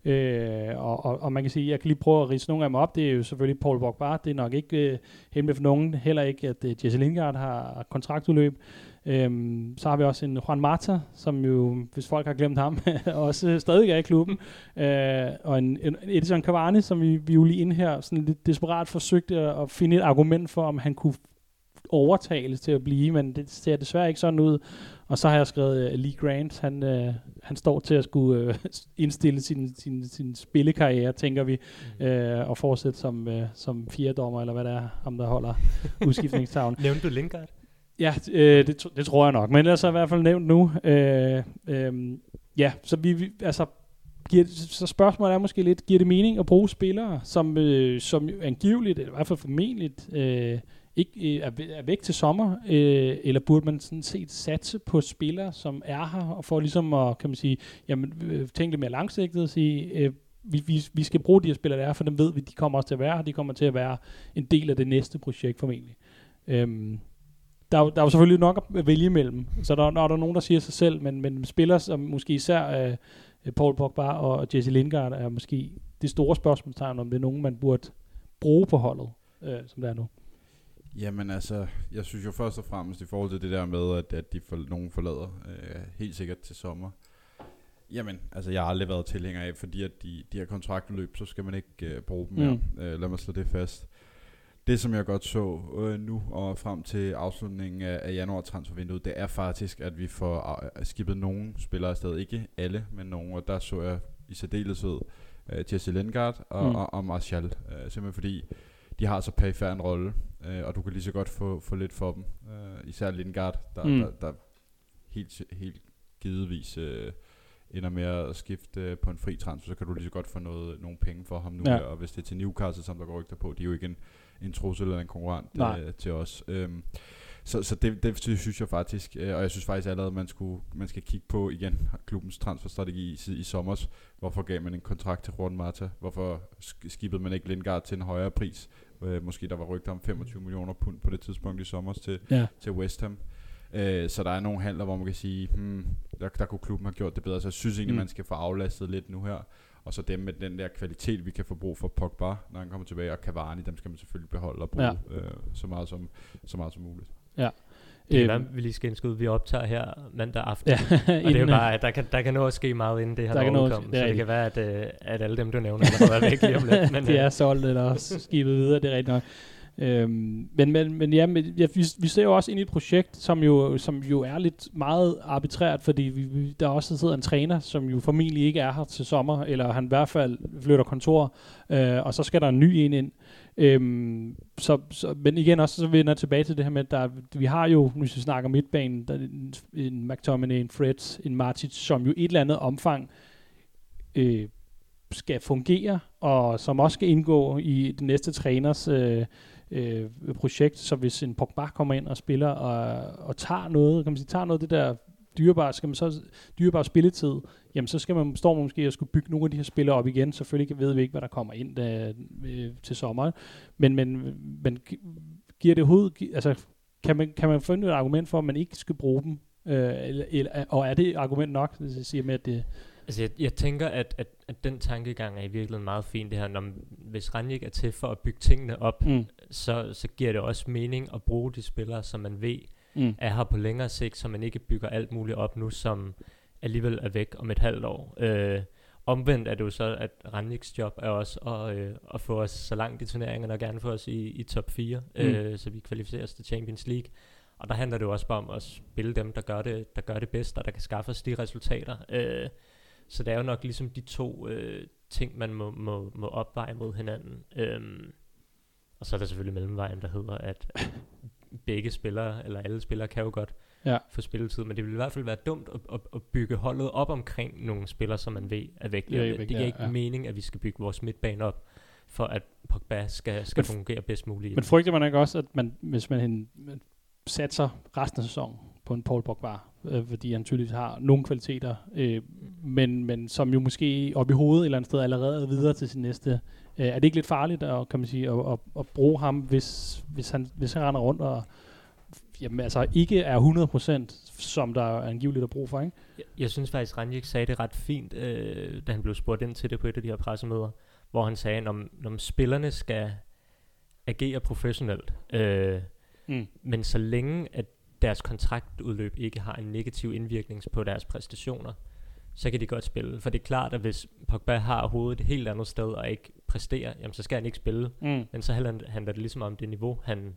Øh, og, og, og man kan sige, jeg kan lige prøve at ridse nogle af dem op. Det er jo selvfølgelig Paul Pogba. Det er nok ikke øh, hemmeligt for nogen. Heller ikke, at øh, Jesse Lingard har kontraktudløb. Øhm, så har vi også en Juan Mata, som jo, hvis folk har glemt ham, også stadig er i klubben. øh, og en, en Edison Cavani, som vi, vi jo lige inde her sådan lidt desperat forsøgte at, at finde et argument for, om han kunne overtales til at blive, men det ser desværre ikke sådan ud. Og så har jeg skrevet uh, Lee Grant, han, uh, han står til at skulle uh, indstille sin, sin, sin spillekarriere, tænker vi, mm. uh, og fortsætte som, uh, som fjerdommer, eller hvad det er, ham der holder udskiftningstavlen. Nævnte du Lingard? Ja, øh, det, det tror jeg nok, men ellers er i hvert fald nævnt nu. Øh, øh, ja, så vi, vi altså, giver, så spørgsmålet er måske lidt, giver det mening at bruge spillere, som, øh, som angiveligt, eller i hvert fald formentligt, øh, ikke er, er væk til sommer, øh, eller burde man sådan set satse på spillere, som er her, og for ligesom at, kan man sige, jamen, øh, tænke lidt mere langsigtet, og sige, øh, vi, vi, vi skal bruge de her spillere, der er, for dem ved vi, de kommer også til at være her, de kommer til at være en del af det næste projekt formentlig. Øh, Der er, der er jo selvfølgelig nok at vælge imellem, så der, der er der nogen, der siger sig selv, men, men spillere som måske især uh, Paul Pogba og Jesse Lingard er måske det store spørgsmålstegn, om det er nogen, man burde bruge på holdet, uh, som det er nu. Jamen altså, jeg synes jo først og fremmest i forhold til det der med, at, at de for, nogen forlader øh, helt sikkert til sommer. Jamen, altså jeg har aldrig været tilhænger af, fordi at de, de her kontraktudløb, så skal man ikke øh, bruge dem mere. Mm. Øh, lad mig slå det fast. Det, som jeg godt så øh, nu og frem til afslutningen af, af januar-transfervinduet, det er faktisk, at vi får uh, skibet nogle spillere afsted. Ikke alle, men nogle. Og der så jeg i særdeleshed uh, Jesse Lingard og, mm. og, og Martial. Uh, simpelthen fordi, de har så perifær en rolle, uh, og du kan lige så godt få, få lidt for dem. Uh, især Lingard, der, mm. der, der helt, helt givetvis uh, ender med at skifte uh, på en fri transfer, så kan du lige så godt få noget, nogle penge for ham nu. Ja. Og hvis det er til Newcastle, som der går rygter på, de er jo ikke en en trussel eller en konkurrent øh, til os. Øhm, så så det, det synes jeg faktisk, øh, og jeg synes faktisk allerede, at man, skulle, man skal kigge på igen klubbens transferstrategi i, i sommers. Hvorfor gav man en kontrakt til Juan Mata? Hvorfor skibede man ikke Lingard til en højere pris? Øh, måske der var rygter om femogtyve millioner pund på det tidspunkt i sommers til, ja. til West Ham. Øh, så der er nogle handler, hvor man kan sige, hmm, der, der kunne klubben have gjort det bedre. Så jeg synes egentlig, mm. man skal få aflastet lidt nu her. Og så dem med den der kvalitet, vi kan få brug for Pogba, når han kommer tilbage, og Cavani, dem skal man selvfølgelig beholde og bruge ja. øh, så, meget som, så meget som muligt. Ja. Det er øhm. vi lige skal indskyde, vi optager her mandag aften, ja, og det er bare, at der kan, der kan nå at ske meget, inden det her overkommet, så det kan være, at, øh, at alle dem, du nævner, allerede er væk lige om lidt. Men, det er solgt eller skibet videre, det er rigtigt nok. Øhm, men, men, men ja, men, ja vi, vi ser jo også ind i et projekt, som jo, som jo er lidt meget arbitrært, fordi vi, vi, der også sidder en træner, som jo formentlig ikke er her til sommer, eller han i hvert fald flytter kontor, øh, og så skal der en ny en ind. Øhm, så, så, men igen også, så vender jeg tilbage til det her med, at der, vi har jo, hvis vi snakker midtbanen, der en, en McTominay, en Fred, en Matic, som jo i et eller andet omfang øh, skal fungere, og som også skal indgå i det næste træners øh, øh, projekt. Så hvis en Pogba kommer ind og spiller og, og tager noget, kan man sige, tager noget af det der dyrebare, skal man så dyrebare spilletid, jamen så skal man, står man måske og skulle bygge nogle af de her spillere op igen. Selvfølgelig ved vi ikke, hvad der kommer ind da, øh, til sommer. Men, men, men giver det hoved, altså kan man, kan man finde et argument for, at man ikke skal bruge dem? Øh, eller, eller, og er det argument nok, hvis jeg siger med, at det... Altså jeg, jeg tænker, at, at, at den tankegang er i virkeligheden meget fint det her. Når, hvis Rangnick er til for at bygge tingene op, mm. så, så giver det også mening at bruge de spillere, som man ved mm. er her på længere sigt, så man ikke bygger alt muligt op nu, som alligevel er væk om et halvt år. Øh, omvendt er det jo så, at Rangnicks job er også at, øh, at få os så langt i turneringerne og gerne få os i, i top fire, mm. øh, så vi kvalificerer os til Champions League. Og der handler det jo også bare om at spille dem, der gør det, der gør det bedst, og der kan skaffe os de resultater. Øh, så det er jo nok ligesom de to øh, ting, man må, må, må opveje mod hinanden. Øhm, og så er der selvfølgelig mellemvejen, der hedder, at begge spillere, eller alle spillere, kan jo godt ja. få spilletid. Men det vil i hvert fald være dumt at, at, at bygge holdet op omkring nogle spillere, som man ved er væk. Det, det, det giver ja, ikke ja. mening, at vi skal bygge vores midtbane op, for at Pogba skal, skal fungere bedst muligt. Men frygter man ikke også, at man, hvis man satser resten af sæsonen på en Paul Pogba, øh, fordi han tydeligvis har nogle kvaliteter, øh, men, men som jo måske op i hovedet et eller andet sted allerede er videre til sin næste. Øh, er det ikke lidt farligt at, kan man sige, at, at, at bruge ham, hvis, hvis, han, hvis han render rundt og jamen, altså ikke er hundrede procent som der angiveligt er brug for, ikke? Jeg, jeg synes faktisk, Ranjik sagde det ret fint, øh, da han blev spurgt ind til det på et af de her pressemøder, hvor han sagde, når, når spillerne skal agere professionelt, øh, mm. men så længe at deres kontraktudløb ikke har en negativ indvirkning på deres præstationer, så kan de godt spille. For det er klart, at hvis Pogba har hovedet et helt andet sted og ikke præsterer, jamen så skal han ikke spille. Mm. Men så handler det ligesom om det niveau, han,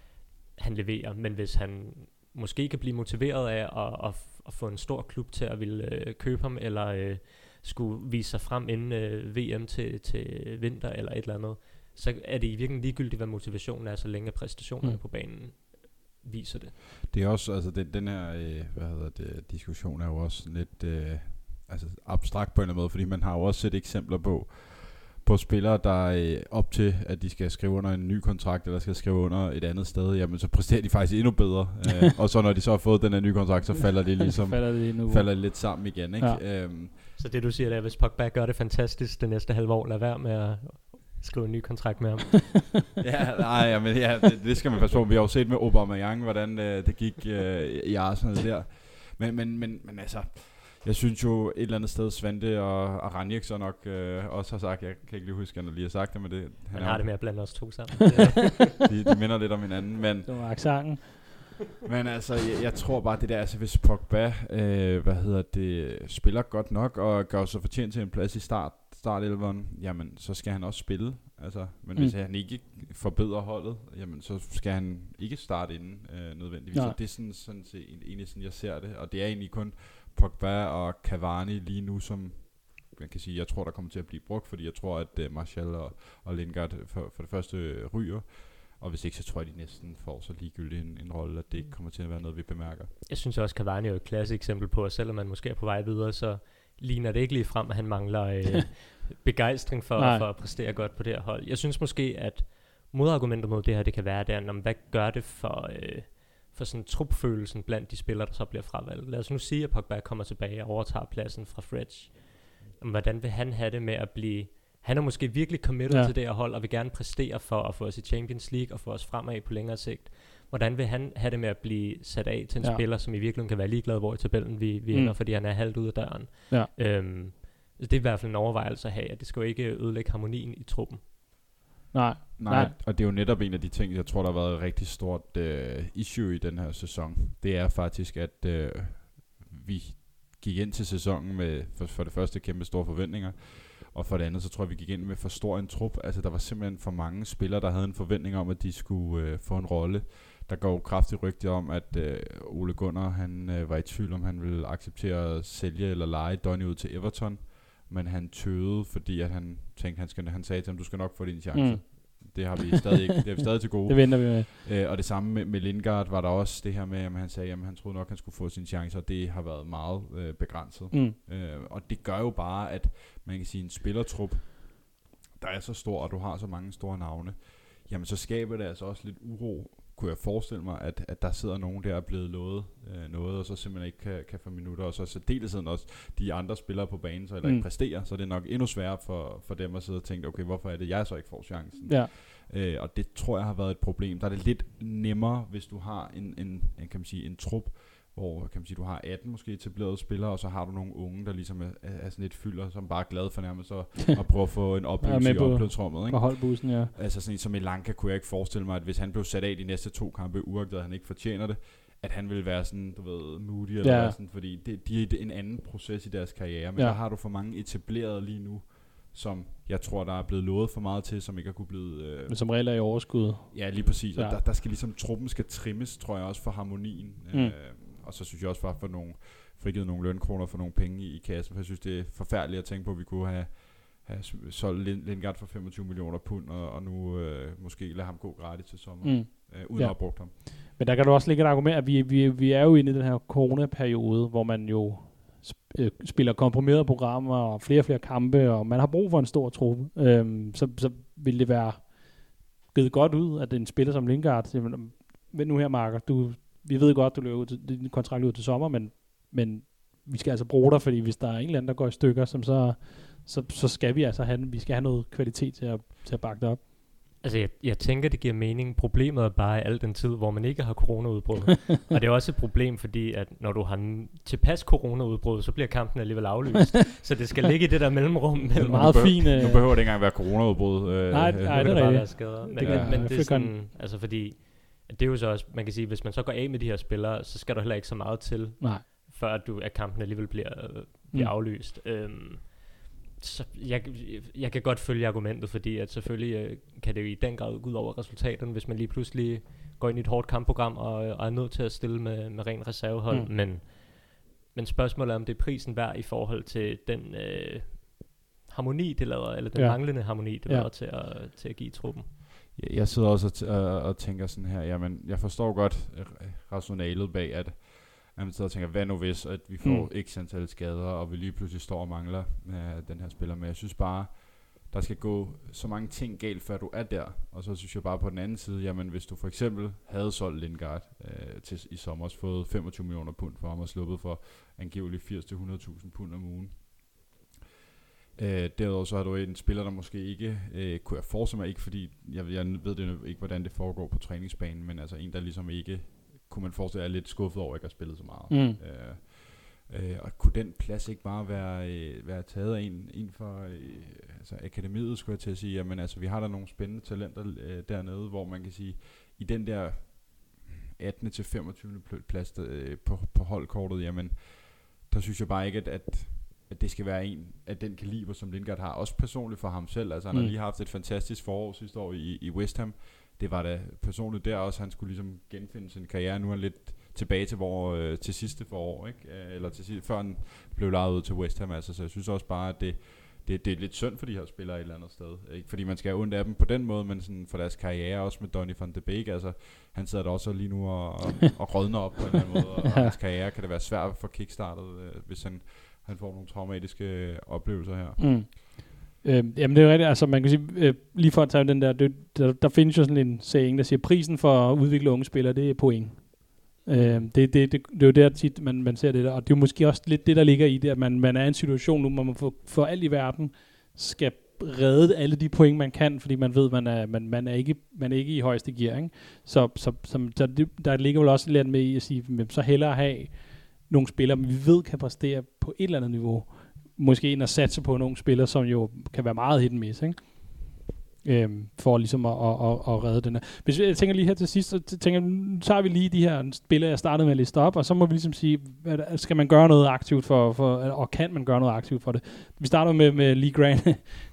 han leverer. Men hvis han måske kan blive motiveret af at, at, at få en stor klub til at ville øh, købe ham, eller øh, skulle vise sig frem inden øh, V M til, til vinter, eller et eller andet, så er det i virkeligheden ligegyldigt, hvad motivationen er, så længe præstationerne mm. på banen viser det. Det er også, altså den, den her, øh, hvad hedder det, diskussion er jo også lidt øh, altså abstrakt på en eller anden måde, fordi man har jo også set eksempler på, på spillere, der øh, op til, at de skal skrive under en ny kontrakt, eller skal skrive under et andet sted, jamen så præsterer de faktisk endnu bedre. øh, og så når de så har fået den her nye kontrakt, så falder det ligesom, falder det, falder det lidt sammen igen, ikke? Ja. Øhm, så det du siger, det er, hvis Pogba gør det fantastisk det næste halve år, lad være med at skrive en ny kontrakt med ham. ja, nej, ja, men ja, det, det skal man passe på. Vi har jo set med Aubameyang, hvordan øh, det gik øh, i Arsenal der. Men, men, men, men altså, jeg synes jo et eller andet sted, Svante og, og Ranjik så nok øh, også har sagt, jeg kan ikke lige huske, at han lige har sagt det, men det... Han har det med at blande os to sammen. de, de minder lidt om hinanden, men... Det var accenten. Men altså, jeg, jeg tror bare det der, altså hvis Pogba, øh, hvad hedder det, spiller godt nok og gør sig fortjent til en plads i start, startelveren, jamen så skal han også spille. Altså, men mm. hvis han ikke forbedrer holdet, jamen så skal han ikke starte inden øh, nødvendigvis. Ja. Så det er sådan, sådan set, egentlig sådan, jeg ser det. Og det er egentlig kun Pogba og Cavani lige nu, som man kan sige, jeg tror, der kommer til at blive brugt, fordi jeg tror, at uh, Martial og, og Lingard for, for det første øh, ryger. Og hvis ikke, så tror jeg, de næsten får så ligegyldigt en, en rolle, at det ikke kommer til at være noget, vi bemærker. Jeg synes også, Cavani er et klasse eksempel på, at selvom man måske er på vej videre, så ligner det ikke lige frem, at han mangler øh, begejstring for, for at præstere godt på det her hold. Jeg synes måske, at modargumentet mod det her, det kan være der, hvad gør det for, øh, for sådan trupfølelsen blandt de spillere, der så bliver fravalgt. Lad os nu sige, at Pogba kommer tilbage og overtager pladsen fra Fred. Hvordan vil han have det med at blive... Han er måske virkelig committed ja. til det her hold, og vil gerne præstere for at få os i Champions League og få os fremad på længere sigt. Hvordan vil han have det med at blive sat af til en ja. spiller, som i virkeligheden kan være ligeglad, hvor i tabellen vi, vi mm. ender, fordi han er halvt ude af døren? Ja. Øhm, det er i hvert fald en overvejelse at have, at det skal jo ikke ødelægge harmonien i truppen. Nej. Nej, Nej, og det er jo netop en af de ting, jeg tror, der har været et rigtig stort uh, issue i den her sæson. Det er faktisk, at uh, vi gik ind til sæsonen med for, for det første kæmpe store forventninger, og for det andet, så tror jeg, vi gik ind med for stor en trup. Altså, der var simpelthen for mange spillere, der havde en forventning om, at de skulle øh, få en rolle. Der går jo kraftigt rygte om, at øh, Ole Gunnar, han øh, var i tvivl om, han ville acceptere at sælge eller leje Donny ud til Everton. Men han tøvede, fordi at han tænkte, han, skal, han sagde til ham, du skal nok få din chance. Mm. Det har vi stadig ikke. Det er vi stadig til gode. Det venter vi med. Øh, og det samme med, med Lingard var der også det her med, at han sagde, at han troede nok, han skulle få sin chance, og det har været meget øh, begrænset. Mm. Øh, og det gør jo bare, at man kan sige, en spillertrup, der er så stor, og du har så mange store navne, jamen så skaber det altså også lidt uro, kunne jeg forestille mig, at, at der sidder nogen, der er blevet lovet øh, noget, og så simpelthen ikke kan, kan få minutter, og så særdelesheden også de andre spillere på banen, så eller mm. ikke præsterer, så det er nok endnu sværere for, for dem at sidde og tænke, okay, hvorfor er det, jeg så ikke får chancen? Ja. Øh, og det tror jeg har været et problem. Der er det lidt nemmere, hvis du har en, en, en kan man sige, en trup, hvor kan man sige, du har atten måske etablerede spillere, og så har du nogle unge, der ligesom er, er sådan lidt fylder, som bare er glade for nærmest at, at prøve at få en oplevelse i opløbsrummet. Ikke? På holdbussen, ja. Altså sådan en som Elanga kunne jeg ikke forestille mig, at hvis han blev sat af de næste to kampe, uagtet at han ikke fortjener det, at han ville være sådan, du ved, moody eller ja. sådan, fordi det, de er en anden proces i deres karriere, men ja. der har du for mange etablerede lige nu, som jeg tror, der er blevet lovet for meget til, som ikke har kunne blive... Øh Men som regel er i overskud. Ja, lige præcis. Ja. Og der, der skal ligesom, truppen skal trimmes, tror jeg også, for harmonien. Mm. Øh, og så synes jeg også bare for nogle, frigivet nogle lønkroner for nogle penge i, i kassen, for jeg synes, det er forfærdeligt at tænke på, at vi kunne have, have solgt Lingard for femogtyve millioner pund, og, og nu øh, måske lade ham gå gratis til sommer, mm. øh, uden ja. at have brugt ham. Men der kan du også lægge et argument, at vi, vi, vi er jo inde i den her corona-periode, hvor man jo spiller komprimerede programmer og flere og flere kampe, og man har brug for en stor truppe, øhm, så, så vil det være givet godt ud, at en spiller som Lingard siger, vent nu her, Marker, du, vi ved godt, du løber til, din kontrakt ud til sommer, men, men vi skal altså bruge dig, fordi hvis der er en eller anden, der går i stykker, som så, så, så skal vi altså have, vi skal have noget kvalitet til at, til at bakke det op. Altså, jeg, jeg tænker, det giver mening. Problemet er bare al den tid, hvor man ikke har coronaudbrud. Og det er også et problem, fordi at når du har n- tilpas coronaudbrud, så bliver kampen alligevel aflyst. Så det skal ligge i det der mellemrum. Det er mellem meget fint. Nu behøver det ikke engang være coronaudbrud. Øh, Nej, øh, nej, det det kan er bare være rigtigt. skader. Men, Det men, kan- men det det er kan- sådan, altså fordi, det er jo så også, man kan sige, hvis man så går af med de her spillere, så skal der heller ikke så meget til, Nej. før at, du, at kampen alligevel bliver, øh, bliver Mm. aflyst. Øhm, så jeg, jeg kan godt følge argumentet, fordi at selvfølgelig øh, kan det jo i den grad gå ud over resultaterne, hvis man lige pludselig går ind i et hårdt kampprogram og, og er nødt til at stille med, med ren reservehold. Mm. Men, men spørgsmålet er, om det er prisen værd i forhold til den øh, harmoni, det lader, eller den Ja. ja. manglende harmoni, det Ja. lader til at, til at give truppen. Jeg- Jeg sidder også og, t- og, og tænker sådan her, jamen, jeg forstår godt øh, rationalet bag, at, at man sidder og tænker, hvad nu hvis, at vi får Mm. mm. x antal skader, og vi lige pludselig står og mangler øh, den her spiller. Men jeg synes bare, der skal gå så mange ting galt, før du er der. Og så synes jeg bare på den anden side, jamen, hvis du for eksempel havde solgt Lingard øh, til i sommer, fået femogtyve millioner pund for ham og sluppet for angiveligt firs til hundrede tusind pund om ugen. Øh, derudover så har du en spiller, der måske ikke, øh, kunne jeg forestille mig ikke, fordi jeg, jeg ved det ikke, hvordan det foregår på træningsbanen, men altså en, der ligesom ikke, kunne man forestille, er lidt skuffet over, ikke at spille så meget. Mm. Øh, øh, og kunne den plads ikke bare være, øh, være taget af en, en for øh, altså akademiet, skulle jeg til at sige, jamen altså vi har der nogle spændende talenter øh, dernede, hvor man kan sige, i den der attende til femogtyvende plads øh, på, på holdkortet, jamen der synes jeg bare ikke, at, at at det skal være en af den kaliber, som Lingard har. Også personligt for ham selv. Altså han mm. har lige haft et fantastisk forår sidste år i, i West Ham. Det var da personligt der også, han skulle ligesom genfinde sin karriere. Nu er han lidt tilbage til, hvor, øh, til sidste forår, ikke? Eller til sidste, før han blev lejet ud til West Ham. Altså, så jeg synes også bare, at det, det, det er lidt synd for de her spillere et eller andet sted. Ikke fordi man skal have ondt af dem på den måde, men sådan for deres karriere også med Donny van de Beek. Altså, han sidder der også lige nu og, og, og rådner op på en eller anden måde. Og, og hans karriere kan det være svært for kickstartet, øh, hvis han han får nogle traumatiske oplevelser her. Mm. Øh, jamen det er jo rigtigt, altså man kan sige, øh, lige for at tage den der, det, der, der findes jo sådan en saying, der siger, prisen for at udvikle unge spillere, det er point. Øh, det, det, det, det er jo der tit, man, man ser det der, og det er jo måske også lidt det, der ligger i det, at man, man er i en situation nu, hvor man for, for alt i verden skal redde alle de point, man kan, fordi man ved, man er, man, man er, ikke, man er ikke i højeste gear, ikke? Så, så, så der, der ligger vel også lidt med i at sige, så hellere have nogle spillere, vi ved kan præstere på et eller andet niveau. Måske en at satse på nogle spillere, som jo kan være meget hit and miss, ikke? Øhm, for ligesom at, at, at, at redde den her. Hvis jeg tænker lige her til sidst, så tænker jeg, nu tager vi lige de her spillere, jeg startede med at liste op, og så må vi ligesom sige, hvad, skal man gøre noget aktivt for, for, og kan man gøre noget aktivt for det? Vi starter med, med Lee Grant.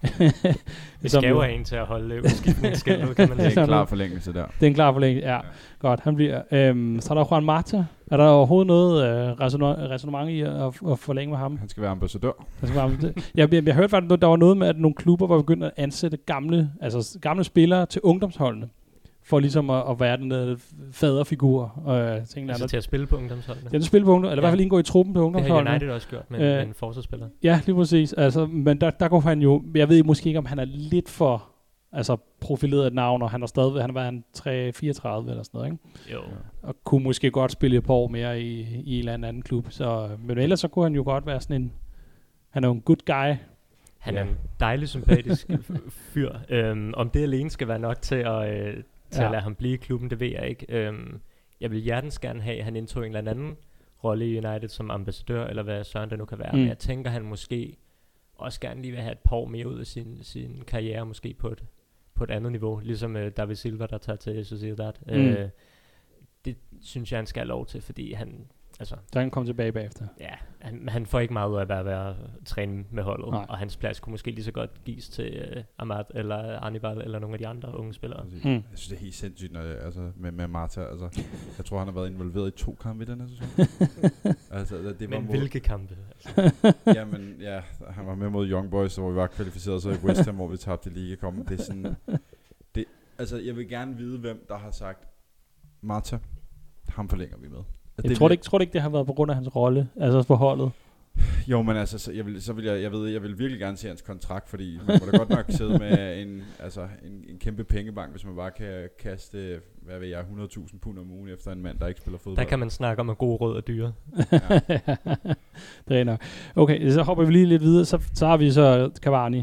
Vi skal jo have en til at holde udskiftningsskældet, kan man Det sige. er en klar forlængelse der. Det er en klar forlængelse, ja. ja. Godt, han bliver. Øhm, så er der Juan Mata. Er der overhovedet noget øh, resonemang i at, at forlænge med ham? Han skal være ambassadør. Han skal være, jeg, jeg, jeg hørte faktisk, at der var noget med, at nogle klubber var begyndt at ansætte gamle, altså gamle spillere til ungdomsholdene, for ligesom at, at være den der faderfigur. Og jeg tænkte, Altså der, til at spille på ungdomsholdene. den spille på ungdom, eller i Ja. hvert fald indgå i truppen på Det har ungdomsholdene. United også gjort med, Øh, med en forsvarsspiller. Ja, lige præcis. Altså, men der, der går han jo, jeg ved måske ikke, om han er lidt for altså profileret et navn, og han er stadig, han har været en tre fireogtredive eller sådan noget, ikke? Jo. Og kunne måske godt spille et par år mere i, i en eller anden klub. Så, men ellers så kunne han jo godt være sådan en, han er jo en good guy. Han Ja. er en dejlig, sympatisk f- fyr. Øhm, om det alene skal være nok til at, øh, til Ja. at lade ham blive i klubben, det ved jeg ikke. Øhm, jeg vil hjertens gerne have, at han indtog en eller anden rolle i United som ambassadør, eller hvad søren det nu kan være. Mm. Men jeg tænker, han måske også gerne lige vil have et par år mere ud af sin, sin karriere, måske på et, på et andet niveau, ligesom øh, David Silva, der tager til Sociedad. Mm. Øh, det synes jeg, han skal have lov til, fordi han, altså, Så han kan komme tilbage bagefter. ja, han, han får ikke meget ud af at være, være træne med holdet, Nej. og hans plads kunne måske lige så godt gives til uh, Ahmad eller Anibal eller nogle af de andre unge spillere. Mm. Jeg synes, det er helt sindssygt når, jeg- altså, med, med Marta. Altså, jeg tror, han har været involveret i to kampe i den her sæson. altså, det var Men mod, hvilke kampe? Altså. Jamen, ja, han var med mod Young Boys, hvor vi var kvalificeret, så i West Ham, hvor vi tabte Liga kom. Det er sådan, det, altså, jeg vil gerne vide, hvem der har sagt, Marta, ham forlænger vi med. Altså, Jeg tror, det ikke, tror det ikke, det har været på grund af hans rolle, altså på holdet. Jo, men altså, så, jeg vil, så vil jeg, jeg ved, jeg vil virkelig gerne se hans kontrakt, fordi man må da godt nok sidde med en, altså, en, en kæmpe pengebank, hvis man bare kan kaste, hvad ved jeg, hundrede tusind pund om ugen efter en mand, der ikke spiller fodbold. Der kan man snakke om, at gode råd er dyre. Ja. Det er nok. Okay, så hopper vi lige lidt videre. Så, så har vi så Cavani.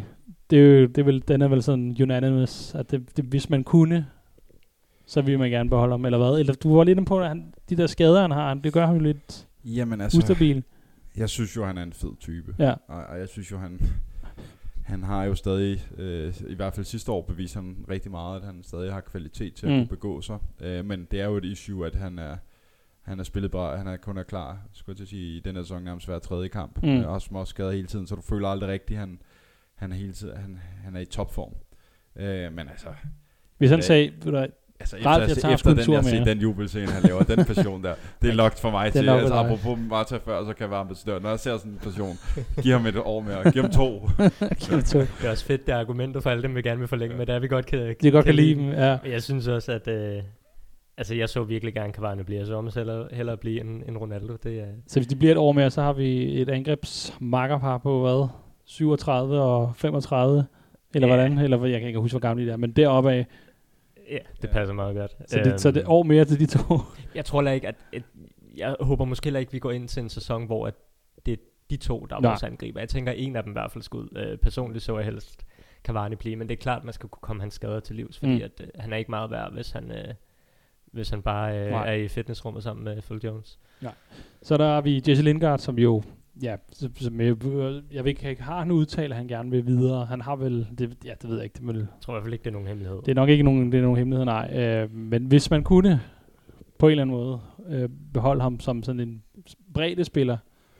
det er jo, det er vel, den er vel sådan unanimous, at det, det, hvis man kunne, så ville man gerne beholde ham, eller hvad? Eller du var lidt inde på, at han, de der skader, han har, det gør ham jo lidt Jamen, altså, ustabil. Jeg synes jo, han er en fed type. Ja. Og, og jeg synes jo, han, han har jo stadig, øh, i hvert fald sidste år, bevist han rigtig meget, at han stadig har kvalitet til mm. at kunne begå sig. Øh, men det er jo et issue, at han er, han er spillet bra, han er kun er klar, skulle jeg til at sige, i den her sæson nærmest hver tredje kamp. Mm. Øh, og som også skader hele tiden, så du føler aldrig rigtigt, han, han er hele tiden, han, han er i topform. Øh, men altså... Hvis han øh, sagde, altså efter, Ralf, efter, efter den, jeg ser den jubelscene, han laver, den passion der, det er lokt for mig til. Altså apropos Marta før, så kan jeg være ambassadør. Når jeg ser sådan en passion, giv ham et år mere, giv ham to. Det er også fedt, det er argumenter for alle dem, vi gerne vil forlænge med, det er vi godt kan, kan, godt kan lide dem. Ja. Jeg synes også, at øh, altså jeg så virkelig gerne Cavani blive, så om hellere, hellere blive en, en Ronaldo. Det er. Så hvis de bliver et år mere, så har vi et angrebsmakkerpar på hvad? syvogtredive og femogtredive, eller ja. hvordan? Eller jeg kan ikke huske, hvor gamle de er, men deroppe af. Ja, det passer meget godt. Så det, um, så det er år mere til de to? Jeg tror ikke, at, at jeg håber måske heller ikke, at vi går ind til en sæson, hvor at det er de to, der er vores angriber. Jeg tænker, at en af dem i hvert fald skal ud. Uh, personligt så jeg helst Cavani blive, men det er klart, at man skal kunne komme hans skader til livs, fordi mm. at, uh, han er ikke meget værd, hvis han, uh, hvis han bare uh, er i fitnessrummet sammen med Phil Jones. Ja. Så der har vi Jesse Lingard, som jo ja, som jeg, jeg ved ikke, har han udtalt, at han gerne vil videre? Han har vel, det, ja, det ved jeg ikke. Det vil, jeg tror i hvert fald ikke, det er nogen hemmelighed. Det er nok ikke nogen, det er nogen hemmelighed, nej. Øh, men hvis man kunne, på en eller anden måde, øh, beholde ham som sådan en bredde spiller.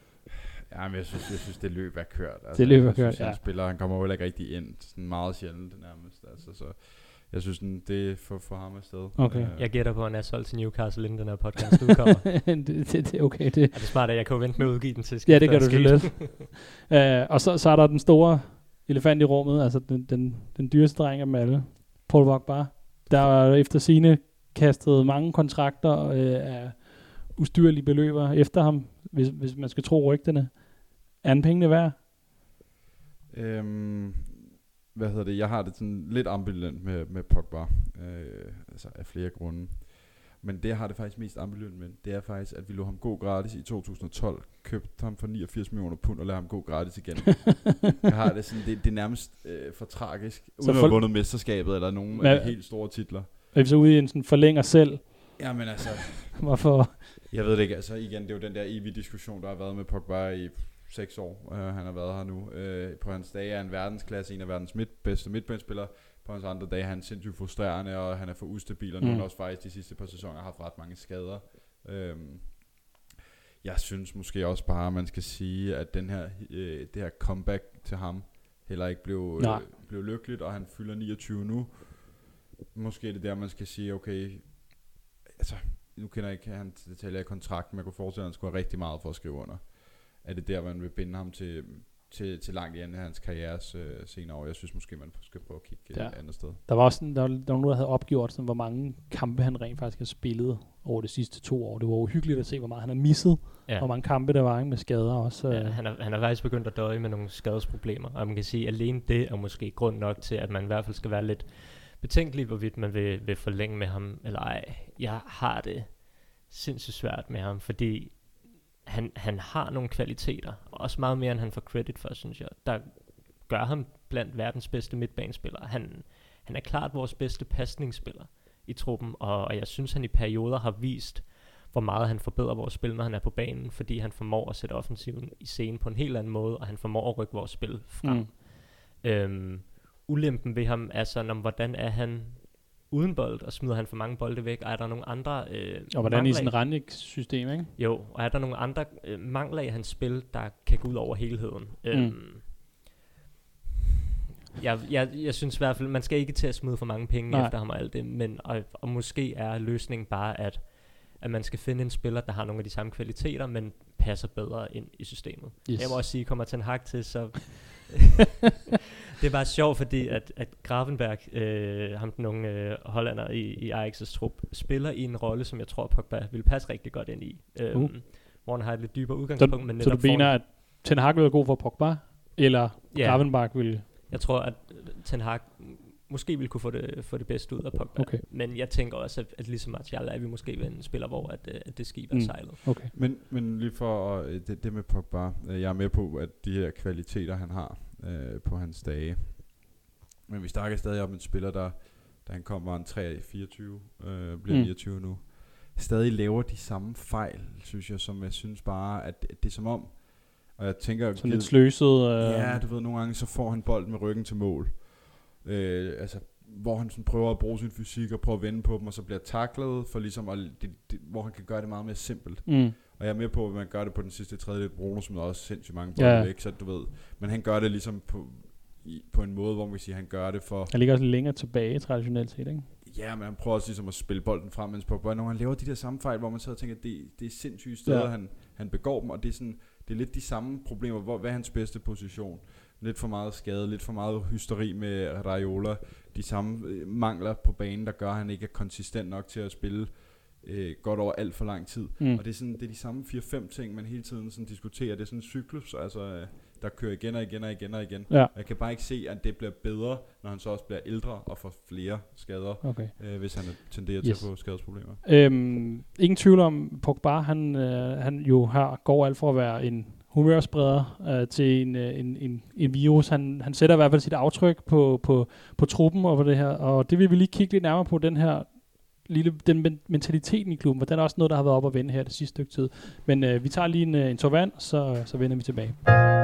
Ja, men jeg synes, jeg synes det løb er kørt. Altså, det løb er kørt, synes, ja. Han spiller, han kommer jo heller ikke rigtig ind, sådan meget sjældent nærmest. Altså, så jeg synes, det er for, for ham afsted. Okay. Uh, jeg gætter på, at han er solgt til Newcastle, inden den her podcast udkommer. det, det, det er okay. Det. Er det smart, at jeg kan jo vente med at udgive den til skift? Ja, det kan du så lidt. uh, og så, så er der den store elefant i rummet, altså den, den, den dyreste dreng af dem alle, Paul Pogba. Der er efter sine kastet mange kontrakter uh, af ustyrlige beløber efter ham, hvis, hvis man skal tro rygterne. Er han pengene værd? Um Hvad hedder det? Jeg har det sådan lidt ambivalent med, med Pogba, øh, altså af flere grunde. Men det, jeg har det faktisk mest ambivalent med, det er faktisk, at vi lå ham gå gratis i to tusind og tolv, købte ham for niogfirs millioner pund og lader ham gå gratis igen. Jeg har det sådan, det, det er nærmest øh, for tragisk, uden at have vundet mesterskabet eller nogen af de helt store titler. Er vi så ude i en sådan forlænger selv? Jamen altså... Hvorfor? Jeg ved det ikke, altså igen, det er jo den der evige diskussion, der har været med Pogba i seks år, uh, han har været her nu. Uh, på hans dage er han verdensklasse, en af verdens midt, bedste midtbanespillere. På hans andre dage er han sindssygt frustrerende, og han er for ustabil, og mm. nu har han også faktisk de sidste par sæsoner haft ret mange skader. Uh, jeg synes måske også bare, at man skal sige, at den her, uh, det her comeback til ham heller ikke blev, uh, blev lykkeligt, og han fylder niogtyve nu. Måske er det der, man skal sige, okay, altså, nu kender jeg ikke han detaljer i kontrakten, men jeg kunne forestille, at han skulle have rigtig meget for at skrive under. Er det der, man vil binde ham til, til, til langt i ende af hans karrieres øh, senere år? Jeg synes måske, man skal prøve at kigge ja. et andet sted. Der var også sådan, der, var, der var nogen, der havde opgjort, sådan, hvor mange kampe han rent faktisk har spillet over de sidste to år. Det var uhyggeligt at se, hvor meget han har misset. Ja. Hvor mange kampe der var med skader også. Ja, han, er, han er faktisk begyndt at døje med nogle skadesproblemer. Og man kan sige, at alene det er måske grund nok til, at man i hvert fald skal være lidt betænkelig, hvorvidt man vil, vil forlænge med ham eller ej. Jeg har det sindssygt svært med ham, fordi Han, han har nogle kvaliteter, også meget mere end han får credit for, synes jeg, der gør ham blandt verdens bedste midtbanespillere. Han, han er klart vores bedste pasningsspiller i truppen, og, og jeg synes, han i perioder har vist, hvor meget han forbedrer vores spil, når han er på banen, fordi han formår at sætte offensiven i scene på en helt anden måde, og han formår at rykke vores spil frem. Mm. Øhm, ulempen ved ham er sådan, om hvordan er han uden bold, og smider han for mange bolde væk, og er der nogle andre øh, og hvordan i sådan et Rangnick-system, ikke? Jo, og er der nogle andre øh, mangler i hans spil, der kan gå ud over helheden. Mm. Øhm, jeg, jeg, jeg synes i hvert fald, man skal ikke til at smide for mange penge Nej. efter ham og alt det, men og, og måske er løsningen bare, at, at man skal finde en spiller, der har nogle af de samme kvaliteter, men passer bedre ind i systemet. Yes. Jeg må også sige, kommer Ten Hag til, så... det er bare sjovt, fordi at, at Gravenberg, øh, ham den unge øh, hollander i, i Ajax's trup, spiller i en rolle, som jeg tror Pogba vil passe rigtig godt ind i. Øhm, uh. Hvor han har et lidt dybere udgangspunkt. Så, men så du mener, at Ten Hag vil gå for Pogba, eller yeah. Gravenberg vil... Jeg tror, at Ten Hag måske vil kunne få det, få det bedste ud af Pogba. Okay. Men jeg tænker også, at, at ligesom Martial er vi måske ved en spiller, hvor at, at det skib er mm. sejlet. Okay. Men, men lige for uh, det, det med Pogba, uh, jeg er med på, at de her kvaliteter, han har uh, på hans dage, Men vi snakker stadig om en spiller, der, da han kom, var en tre fireogtyve, øh, bliver Mm. niogtyve nu. Stadig laver de samme fejl, synes jeg, som jeg synes bare, at det er som om, og jeg tænker... Sådan lidt sløset. Øh. Ja, du ved, nogle gange så får han bolden med ryggen til mål. Øh, altså, hvor han sådan prøver at bruge sin fysik og prøve at vende på dem, og så bliver taklet, for ligesom at, det, det, hvor han kan gøre det meget mere simpelt. Mm. Og jeg er med på, at man gør det på den sidste tredjedel. Bruno, som er også sindssygt mange bolde Ja. væk, så du ved. Men han gør det ligesom på, i, på en måde, hvor man kan sige, at han gør det for... Han ligger også længere tilbage, traditionelt set, ikke? Ja, men han prøver også ligesom at spille bolden frem, mens Pogba, når han laver de der samme fejl, hvor man sidder og tænker, at det, det er sindssygt steder, Ja. han, han begår dem, og det er, sådan, det er lidt de samme problemer. Hvor, hvad er hans bedste position? Lidt for meget skade, lidt for meget hysteri med Raiola. De samme øh, mangler på banen, der gør, at han ikke er konsistent nok til at spille øh, godt over alt for lang tid. Mm. Og det er, sådan, det er de samme fire fem ting, man hele tiden sådan diskuterer. Det er sådan en cyklus, altså, øh, der kører igen og igen og igen og igen. Ja. Jeg kan bare ikke se, at det bliver bedre, når han så også bliver ældre og får flere skader, Okay. øh, hvis han tenderer Yes. til at få skadesproblemer. Øhm, ingen tvivl om, Pogba, han, øh, han jo her går alt for at være en humørspreder øh, til en, øh, en, en, en virus. Han, han sætter i hvert fald sit aftryk på, på, på truppen og på det her, og det vil vi lige kigge lidt nærmere på, den her lille, den men- mentaliteten i klubben, for den er også noget, der har været op at vende her det sidste stykke tid. Men øh, vi tager lige en, en tår vand, så, så vender vi tilbage.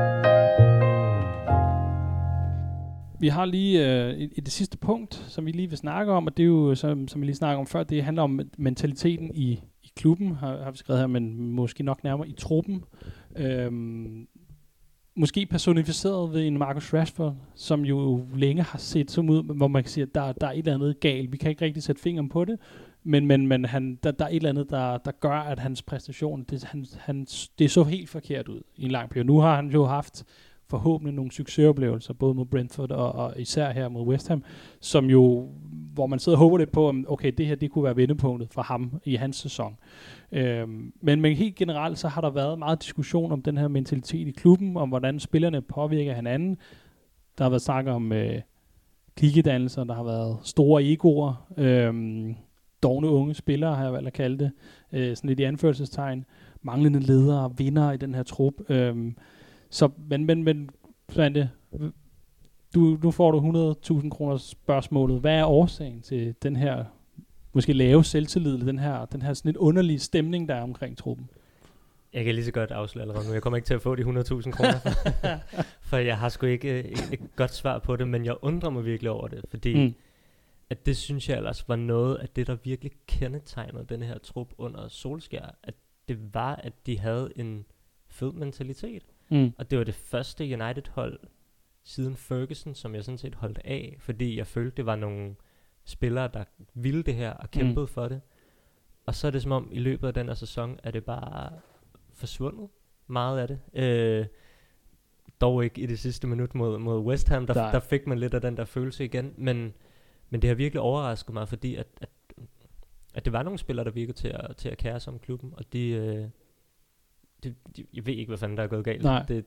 Vi har lige øh, i, i det sidste punkt, som vi lige vil snakke om, og det er jo, som, som vi lige snakkede om før, det handler om mentaliteten i, i klubben, har, har vi skrevet her, men måske nok nærmere i truppen. Øhm, måske personificeret ved en Marcus Rashford, som jo længe har set som ud, hvor man kan sige, at der, der er et eller andet galt. Vi kan ikke rigtig sætte fingeren på det, men, men, men han, der, der er et eller andet, der, der gør, at hans præstation, det, han, han, det så helt forkert ud i en lang periode. Nu har han jo haft forhåbentlig nogle succesoplevelser, både mod Brentford og, og især her mod West Ham, som jo, hvor man sidder og håber lidt på, om okay, det her, det kunne være vendepunktet for ham i hans sæson. Øhm, men, men helt generelt, så har der været meget diskussion om den her mentalitet i klubben, om hvordan spillerne påvirker hinanden. Der har været snak om øh, klikedannelser, der har været store egoer, øhm, dovne unge spillere, har jeg valgt at kalde det, øh, sådan lidt i anførselstegn, manglende ledere, vinder i den her trup. Øhm, Så, men, men, men, Svante, du, nu får du hundrede tusind kroner spørgsmålet. Hvad er årsagen til den her, måske lave selvtillid, eller den her, den her sådan lidt underlige stemning, der er omkring truppen? Jeg kan lige så godt afsløre allerede nu. Jeg kommer ikke til at få de hundrede tusind kroner, for, for jeg har sgu ikke et, et godt svar på det, men jeg undrer mig virkelig over det, fordi mm. at det synes jeg ellers var noget af det, der virkelig kendetegnede den her trup under Solskjær, at det var, at de havde en fed mentalitet. Mm. Og det var det første United-hold siden Ferguson, som jeg sådan set holdt af, fordi jeg følte, det var nogle spillere, der ville det her og kæmpede mm. for det. Og så er det som om, i løbet af den her sæson, er det bare forsvundet, meget af det. Øh, dog ikke i det sidste minut mod, mod West Ham, der, der. der fik man lidt af den der følelse igen, men, men det har virkelig overrasket mig, fordi at, at, at det var nogle spillere, der virkede til at, til at kære sig om klubben, og de... Øh, Det, de, jeg ved ikke, hvad fanden der er gået galt. Nej. Det,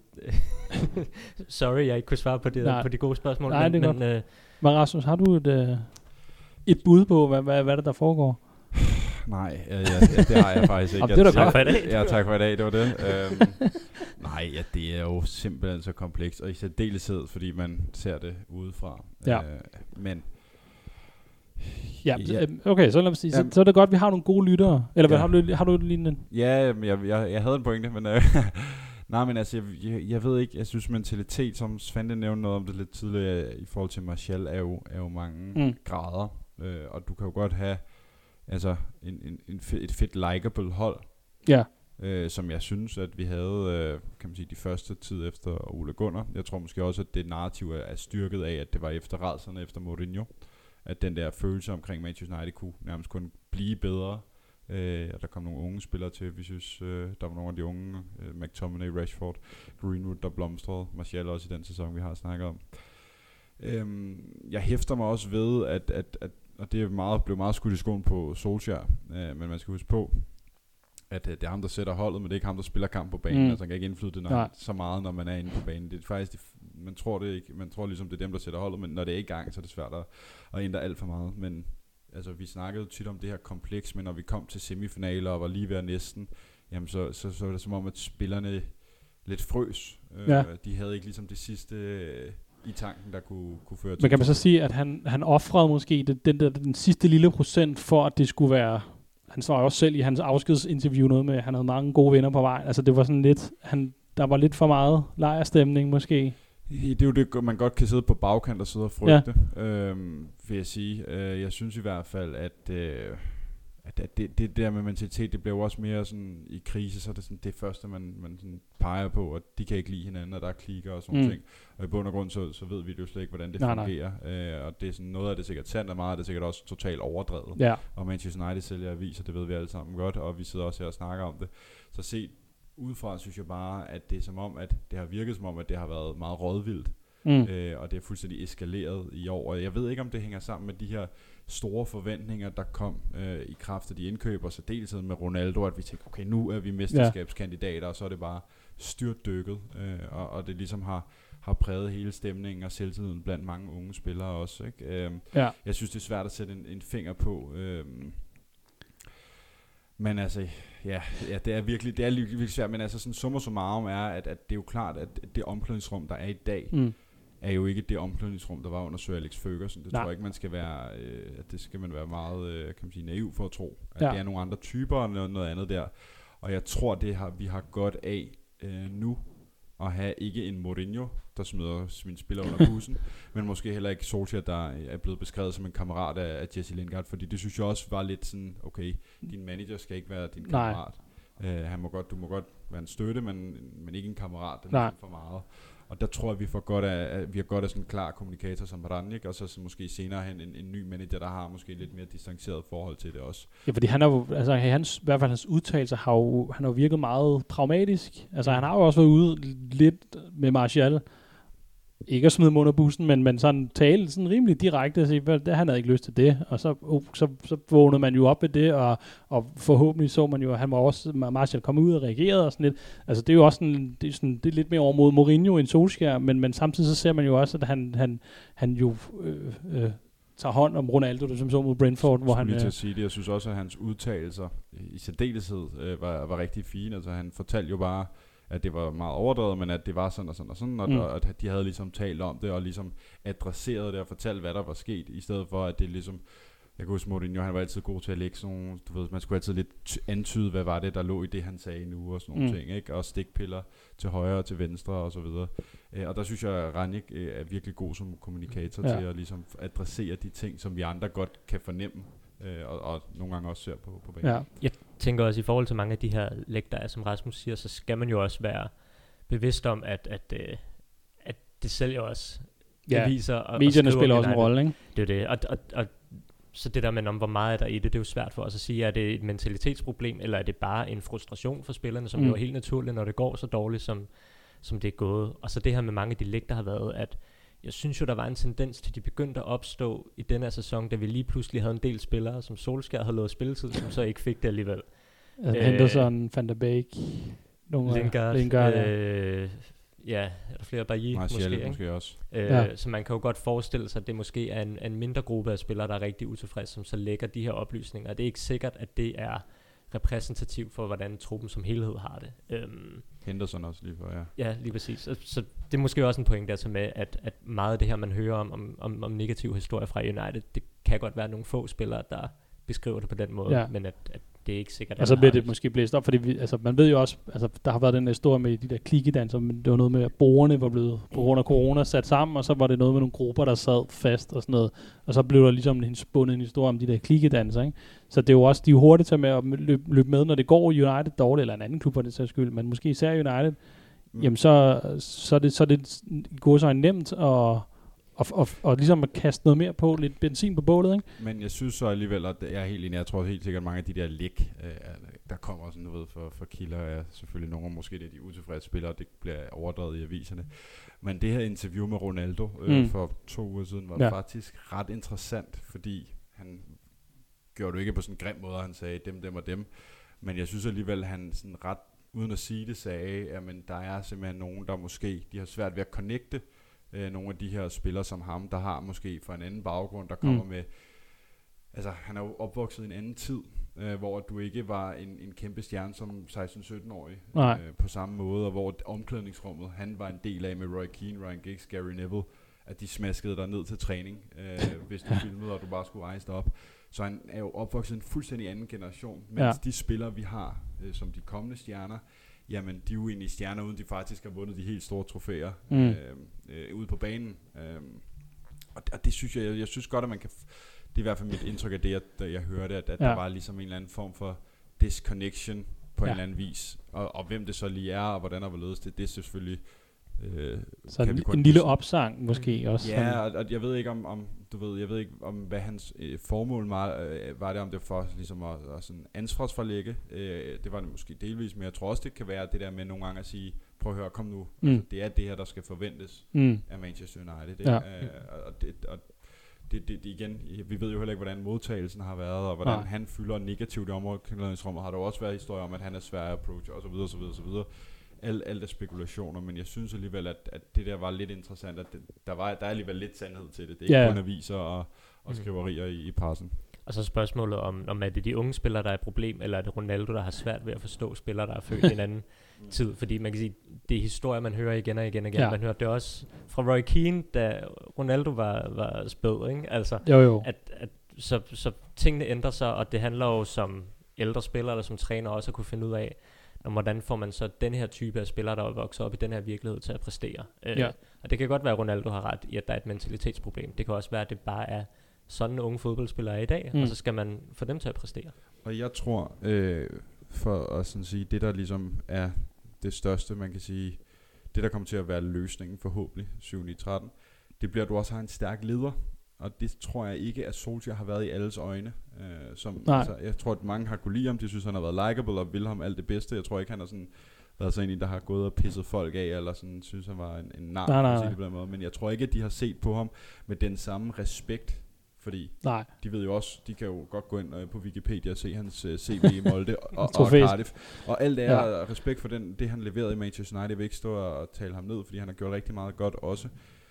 sorry, jeg ikke kunne svare på, det, på de gode spørgsmål. Nej, men, det er men, godt. Øh, men Rasmus, har du et, øh, et bud på, hvad, hvad, hvad der, der foregår? Nej, ja, ja, det, det har jeg faktisk ikke. Det er tak for i dag. Ja, tak for i dag, det var det. øhm, nej, ja, det er jo simpelthen så komplekst, og i særdeleshed, fordi man ser det udefra. Ja. Øh, men... Ja, ja. Okay, så lad mig sige, så, så er det godt, vi har nogle gode lyttere. Eller hvad, ja. har du, har du lige en? Ja, jeg, jeg, jeg havde en pointe, men... Øh, nej, men altså, jeg, jeg, jeg ved ikke, jeg synes mentalitet, som Svante nævnte noget om det lidt tidligere, i forhold til Martial, er jo, er jo mange mm. grader. Øh, og du kan jo godt have altså, en, en, en fed, et fedt likeable hold. Ja. Øh, som jeg synes, at vi havde, øh, kan man sige, de første tid efter Ole Gunnar. Jeg tror måske også, at det narrativ er, er styrket af, at det var efter rædserne efter Mourinho. At den der følelse omkring Manchester United kunne nærmest kun blive bedre. Øh, og der kom nogle unge spillere til. Vi synes, øh, der var nogle af de unge, øh, McTominay, Rashford, Greenwood, der blomstrede. Martial også i den sæson, vi har snakket om. Øhm, jeg hæfter mig også ved, at, at, at og det er meget, blev meget skudt i skoen på Solskjær, øh, men man skal huske på, at øh, det er ham, der sætter holdet, men det er ikke ham, der spiller kamp på banen. Mm. Altså, han kan ikke indflyde det når, så meget, når man er inde på banen. Det er faktisk, det, man tror det ikke. Man tror ligesom, det er dem, der sætter holdet, men når det er i gang, så er det svært at, at ændre alt for meget. Men altså, vi snakkede tit om det her kompleks, men når vi kom til semifinaler og var lige ved at næsten, jamen så, så, så var det som om, at spillerne lidt frøs. Ja. Øh, de havde ikke ligesom det sidste... i tanken, der kunne, kunne føre til. Men kan man så sige, at han, han offrede måske det, den, der, den sidste lille procent, for at det skulle være... Han svarer også selv i hans afskedsinterview noget med, at han havde mange gode venner på vej. Altså det var sådan lidt... Han, der var lidt for meget lejrstemning måske. Det er jo det, man godt kan sidde på bagkant og sidde og frygte, ja. øhm, vil jeg sige. Øh, jeg synes i hvert fald, at, øh, at, at det, det der med mentalitet, det bliver jo også mere sådan i krise, så er det sådan det første, man, man sådan peger på, at de kan ikke lide hinanden, og der er klikker og sådan mm. ting. Og i bund og grund, så, så ved vi jo slet ikke, hvordan det nej, fungerer. Øh, og det er sådan, noget af det sikkert sandt, og meget af det sikkert også totalt overdrevet. Ja. Og Manchester United sælger aviser, det ved vi alle sammen godt, og vi sidder også her og snakker om det. Så se, udefra synes jeg bare, at det er som om, at det har virket som om, at det har været meget rådvildt. Mm. Øh, og det er fuldstændig eskaleret i år. Og jeg ved ikke, om det hænger sammen med de her store forventninger, der kom øh, i kraft af de indkøb, og så dels med Ronaldo, at vi tænkte, okay, nu er vi mesterskabskandidater, og så er det bare styrtdykket. Øh, og, og det ligesom har, har præget hele stemningen og selvtilliden blandt mange unge spillere også. Ikke? Øh, ja. Jeg synes, det er svært at sætte en, en finger på. Øh, Men altså, ja, ja, det er virkelig, det er virkelig svært, men altså sådan summa summarum er, at, at det er jo klart, at det omklædningsrum, der er i dag, mm. er jo ikke det omklædningsrum, der var under Sir Alex Ferguson. Det Nej. tror jeg ikke, man skal være, øh, at det skal man være meget, øh, kan man sige, naiv for at tro. At ja. det er nogle andre typer og noget, noget andet der. Og jeg tror, det har vi har godt af øh, nu, at have ikke en Mourinho, der smider sine spillere under bussen, men måske heller ikke Solskjaer, der er blevet beskrevet som en kammerat af, af Jesse Lingard, fordi det synes jeg også var lidt sådan, okay, din manager skal ikke være din kammerat. Uh, han må godt, du må godt være en støtte, men, men ikke en kammerat, det er for meget. Og der tror jeg, vi får godt af, vi har godt af sådan en klar kommunikator som Rangnick, og så, så måske senere hen en, en ny manager, der har måske lidt mere distanceret forhold til det også. Ja, fordi han er jo, altså hans, i hvert fald hans udtalelser har jo, han har jo virket meget pragmatisk. Altså han har jo også været ude lidt med Martial, ikke at smide ham under bussen, men, men sådan tale sådan rimelig direkte og sige, hvad, han havde ikke lyst til det, og så, uh, så, så vågnede man jo op ved det, og, og forhåbentlig så man jo, at han var også, Martial kom ud og reagerede og sådan lidt. Altså det er jo også sådan, det er, sådan, det er lidt mere over mod Mourinho end Solskjaer, men, men samtidig så ser man jo også, at han, han, han jo øh, øh, tager hånd om Ronaldo, det som så mod Brentford, hvor han... Jeg til at sige det, jeg synes også, at hans udtalelser i særdeleshed øh, var, var rigtig fine, altså han fortalte jo bare, at det var meget overdrevet, men at det var sådan og sådan og sådan, og, mm. og at de havde ligesom talt om det, og ligesom adresseret det og fortalt, hvad der var sket, i stedet for, at det ligesom, jeg kunne huske Mourinho, han var altid god til at lægge sådan nogle, du ved, man skulle altid lidt t- antyde, hvad var det, der lå i det, han sagde nu, og sådan nogle mm. ting, ikke? Og stikpiller til højre og til venstre, og så videre. Øh, og der synes jeg, at Rangnick øh, er virkelig god som kommunikator ja. til at ligesom adressere de ting, som vi andre godt kan fornemme, øh, og, og nogle gange også ser på, på banen. Ja. Jeg tænker også, i forhold til mange af de her læg, der er, som Rasmus siger, så skal man jo også være bevidst om, at, at, øh, at det sælger også ja. aviser. Og, medierne og spiller også en rolle, ikke? Det er det. Og, og, og så det der med, om hvor meget er der i det, det er jo svært for os at sige, er det et mentalitetsproblem, eller er det bare en frustration for spillerne, som mm. jo er helt naturligt, når det går så dårligt, som, som det er gået. Og så det her med mange af de læg, der har været, at jeg synes jo, der var en tendens til, at de begyndte at opstå i den her sæson, da vi lige pludselig havde en del spillere, som Solskjaer havde lovet spilletid, som så ikke fik det alligevel. Altså, øh, Henderson, Van der Beek, Lingard, Lingard øh, ja, er der flere Bailly måske, måske også. Øh, ja. Så man kan jo godt forestille sig, at det måske er en, en mindre gruppe af spillere, der er rigtig utilfredse, som så lægger de her oplysninger. Det er ikke sikkert, at det er repræsentativt for, hvordan truppen som helhed har det. Øhm, Henderson også lige for, ja. Ja, lige præcis. Så, så det er måske også en point der med, at, at meget af det her, man hører om, om, om, om negative historier fra United, det kan godt være nogle få spillere, der beskriver det på den måde, ja. men at, at det er ikke sikkert, og så bliver det måske blæst op, fordi vi, altså, man ved jo også, altså, der har været den historie med de der klikkedanser, men det var noget med, at borgerne var blevet på grund af corona sat sammen, og så var det noget med nogle grupper, der sad fast og sådan noget, og så blev der ligesom en spundet en historie om de der klikkedanser, ikke? Så det er jo også, de er hurtigt til med at løbe, løbe med, når det går United dårligt, eller en anden klub for det sags skyld, men måske især United, mm. jamen så, så er det, så er det går så nemt at Og, og, og ligesom at kaste noget mere på, lidt benzin på bålet, ikke? Men jeg synes så alligevel, at jeg er helt enig, jeg tror helt sikkert, at mange af de der læk, øh, der kommer sådan noget for, for kilder, er selvfølgelig nogle, måske det er de utilfredse spillere, det bliver overdrevet i aviserne. Men det her interview med Ronaldo øh, mm. for to uger siden, var ja. faktisk ret interessant, fordi han gjorde det ikke på sådan en grim måde, han sagde dem, dem og dem. Men jeg synes alligevel, han sådan ret, uden at sige det, sagde, at der er simpelthen nogen, der måske, de har svært ved at connecte, Øh, nogle af de her spillere som ham, der har måske fra en anden baggrund, der kommer mm. med, altså han er jo opvokset i en anden tid, øh, hvor du ikke var en, en kæmpe stjerne som seksten-sytten-årig øh, på samme måde, og hvor omklædningsrummet, han var en del af med Roy Keane, Ryan Giggs, Gary Neville, at de smaskede dig ned til træning, øh, hvis du filmede, og du bare skulle rejse dig op. Så han er jo opvokset en fuldstændig anden generation, mens ja. de spillere, vi har, øh, som de kommende stjerner, jamen, de er jo egentlig stjerner, uden de faktisk har vundet de helt store trofæer mm. øh, øh, ude på banen. Øh, og, og det synes jeg, jeg, jeg synes godt, at man kan, f- det er i hvert fald mit indtryk af det, at, da jeg hørte, at, at ja. der var ligesom en eller anden form for disconnection på ja. en eller anden vis. Og, og hvem det så lige er, og hvordan og hvorledes, det, det er selvfølgelig... Øh, så en, en lille opsang måske også. Ja, og, og jeg ved ikke om, om du ved, jeg ved ikke om hvad hans øh, formål var, øh, var det, om det for ligesom at, at sådan ansvarsforlægge. Øh, det var det måske delvis, men jeg tror også det kan være det der med nogle gange at sige, prøv at høre, kom nu. Mm. Altså, det er det her der skal forventes mm. af Manchester United. Det, ja. øh, og det, og det, det, det igen, vi ved jo heller ikke hvordan modtagelsen har været, og hvordan ja. han fylder negativt i områdeklædningsrummet. Har der også været historier om at han er svær at approach og så videre, så videre, så videre. Alt, alt er spekulationer, men jeg synes alligevel, at, at det der var lidt interessant, at det, der, var, der er alligevel lidt sandhed til det. Det er ikke ja. kun aviser og, og skriverier i, i pressen. Og så spørgsmålet om, om er det de unge spillere, der er et problem, eller er det Ronaldo, der har svært ved at forstå spillere, der er født i en anden tid? Fordi man kan sige, det er historier, man hører igen og igen og igen. Ja. Man hørte det også fra Roy Keane, da Ronaldo var, var spæd, ikke? Altså, jo, jo. At, at, så, så tingene ændrer sig, og det handler jo som ældre spillere, eller som træner også at kunne finde ud af, og hvordan får man så den her type af spillere, der er vokset op i den her virkelighed, til at præstere. Ja. Øh, og det kan godt være, at Ronaldo har ret i, at der er et mentalitetsproblem. Det kan også være, at det bare er sådan unge fodboldspillere i dag, mm. og så skal man få dem til at præstere. Og jeg tror, øh, for at sådan sige, det der ligesom er det største, man kan sige, det der kommer til at være løsningen forhåbentlig, syv ni tretten, det bliver, at du også har en stærk leder. Og det tror jeg ikke, at Solskjaer har været i alles øjne. Øh, som, altså, jeg tror, at mange har kunne lide ham. De synes, han har været likeable og vil ham alt det bedste. Jeg tror ikke, han har sådan været sådan en, der har gået og pisset folk af, eller sådan synes, han var en, en nar, nej, nej, nej. På den måde. Men jeg tror ikke, at de har set på ham med den samme respekt. Fordi nej. de ved jo også, de kan jo godt gå ind uh, på Wikipedia og se hans uh, C V i Molde og, og Cardiff. Og alt er ja. respekt for den, det, han leverede i Manchester United. Jeg vil ikke stå og tale ham ned, fordi han har gjort rigtig meget godt også.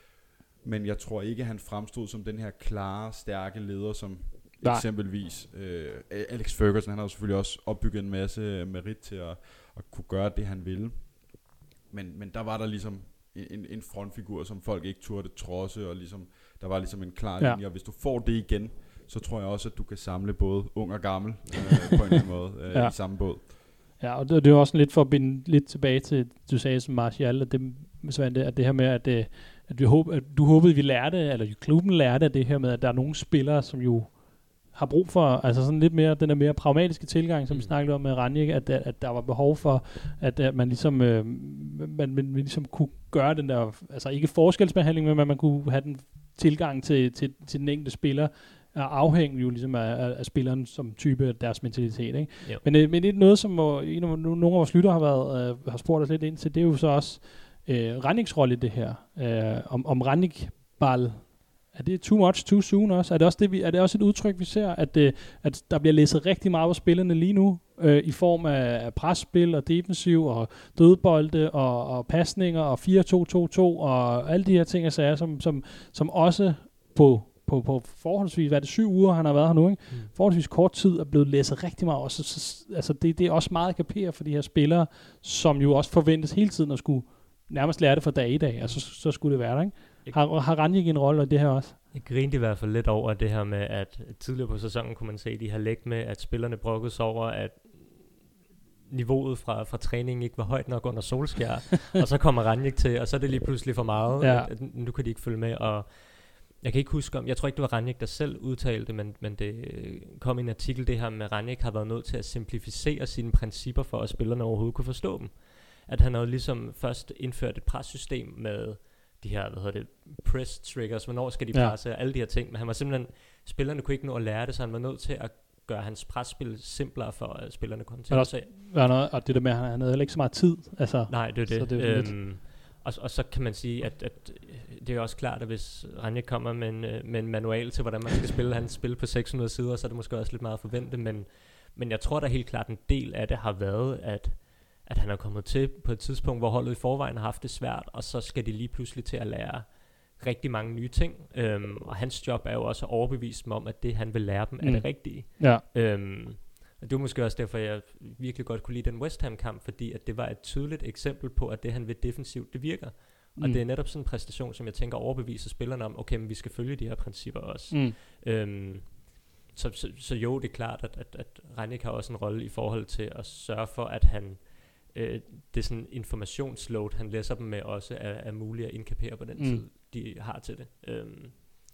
Men jeg tror ikke, at han fremstod som den her klare, stærke leder, som nej. eksempelvis øh, Alex Ferguson. Han har jo selvfølgelig også opbygget en masse merit til at, at kunne gøre det, han ville. Men, men der var der ligesom en, en frontfigur, som folk ikke turde trodse, og ligesom, der var ligesom en klar ja. linje. Og hvis du får det igen, så tror jeg også, at du kan samle både ung og gammel øh, på en eller anden måde øh, ja. i samme båd. Ja, og det, det er også lidt for at binde lidt tilbage til, du sagde som Martial, at det, at det her med, at det At, vi håb, at du håbede, vi lærte, eller klubben lærte af det her med, at der er nogle spillere, som jo har brug for, altså sådan lidt mere, den der mere pragmatiske tilgang, som mm. vi snakkede om med Ranjik, at, at, at der var behov for, at, at man ligesom, øh, man, man ligesom kunne gøre den der, altså ikke forskelsbehandling, men man kunne have den tilgang til, til, til den enkelte spiller, er afhængig jo ligesom af, af, af spilleren som type af deres mentalitet, ikke? Men, øh, men det er noget, som hvor, en af, nogle af vores lyttere har, været, øh, har spurgt os lidt ind til, det er jo så også Øh, Ranniks rolle i det her, øh, om, om Rannik ball, er det too much too soon også? Er det også, det, vi, er det også et udtryk, vi ser, at, øh, at der bliver læsset rigtig meget på spillerne lige nu, øh, i form af, af presspil og defensiv og dødbolde og, og pasninger og fire to to to og alle de her ting, jeg sagde, som, som, som også på På, på forholdsvis, hvad er det, syv uger, han har været her nu, ikke? Mm. Forholdsvis kort tid er blevet læst rigtig meget. Også, så, så, altså det, det er også meget at kapere for de her spillere, som jo også forventes hele tiden at skulle nærmest lære det fra dag i dag. Altså så, så skulle det være der, ikke? Har, har Ranjik en rolle i det her også? Jeg grinte i hvert fald lidt over det her med, at tidligere på sæsonen kunne man se, at de har lægt med, at spillerne brokkede sig over, at niveauet fra, fra træningen ikke var højt nok under Solskjaer. Og så kommer Ranjik til, og så er det lige pludselig for meget. Ja. At, at nu kan de ikke følge med, og jeg kan ikke huske om, jeg tror ikke det var Ranjik, der selv udtalte, men, men det kom i en artikel, det her med Ranjik har været nødt til at simplificere sine principper for, at spillerne overhovedet kunne forstå dem. At han havde ligesom først indført et pressystem med de her, hvad hedder det, press triggers, hvornår skal de presse, ja. alle de her ting, men han var simpelthen, spillerne kunne ikke nå at lære det, så han var nødt til at gøre hans presspil simplere for, at spillerne kunne til at se. Og det der med, at han havde heller ikke så meget tid. Altså, nej, det er det. Så det er øhm, og, og så kan man sige, at, at det er også klart, at hvis Ranjik kommer med en, med en manual til, hvordan man skal spille hans spil på seks hundrede sider, så er det måske også lidt meget at forvente, men, men jeg tror da helt klart, en del af det har været, at at han er kommet til på et tidspunkt, hvor holdet i forvejen har haft det svært, og så skal de lige pludselig til at lære rigtig mange nye ting. Øhm, og hans job er jo også at overbevise dem om, at det, han vil lære dem, mm. er det rigtige. Ja. Øhm, og det var måske også derfor, jeg virkelig godt kunne lide den West Ham-kamp, fordi at det var et tydeligt eksempel på, at det, han vil defensivt, det virker. Og Mm. det er netop sådan en præstation, som jeg tænker overbeviser spillerne om, okay, men vi skal følge de her principper også. Mm. Øhm, så, så, så jo, det er klart, at, at, at Rangnick har også en rolle i forhold til at sørge for, at han øh, det er sådan informationsload, han læser dem med også, er, er muligt at indkapere på den Mm. tid, de har til det. Øhm,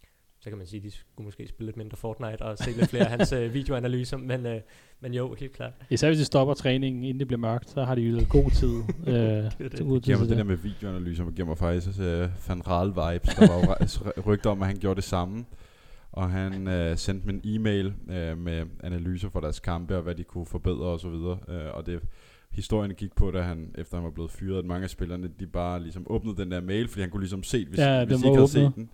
så kan man sige, at de skulle måske spille lidt mindre Fortnite og se lidt flere af hans øh, videoanalyser, men, øh, men jo, helt klart. Især hvis de stopper træningen, inden det bliver mørkt, så har de jo god tid. øh, det. til Det ud Det til giver mig det det der med videoanalyser, man giver mig faktisk uh, Van Raal vibes. Der var jo re- rygter om, at han gjorde det samme. Og han uh, sendte mig en e-mail uh, med analyser for deres kampe, og hvad de kunne forbedre osv. Uh, og det historien gik på, da han, efter han var blevet fyret, at mange af spillerne, de bare ligesom åbnede den der mail, fordi han kunne ligesom se, hvis, Ja, hvis den de ikke var havde åbnet. set den.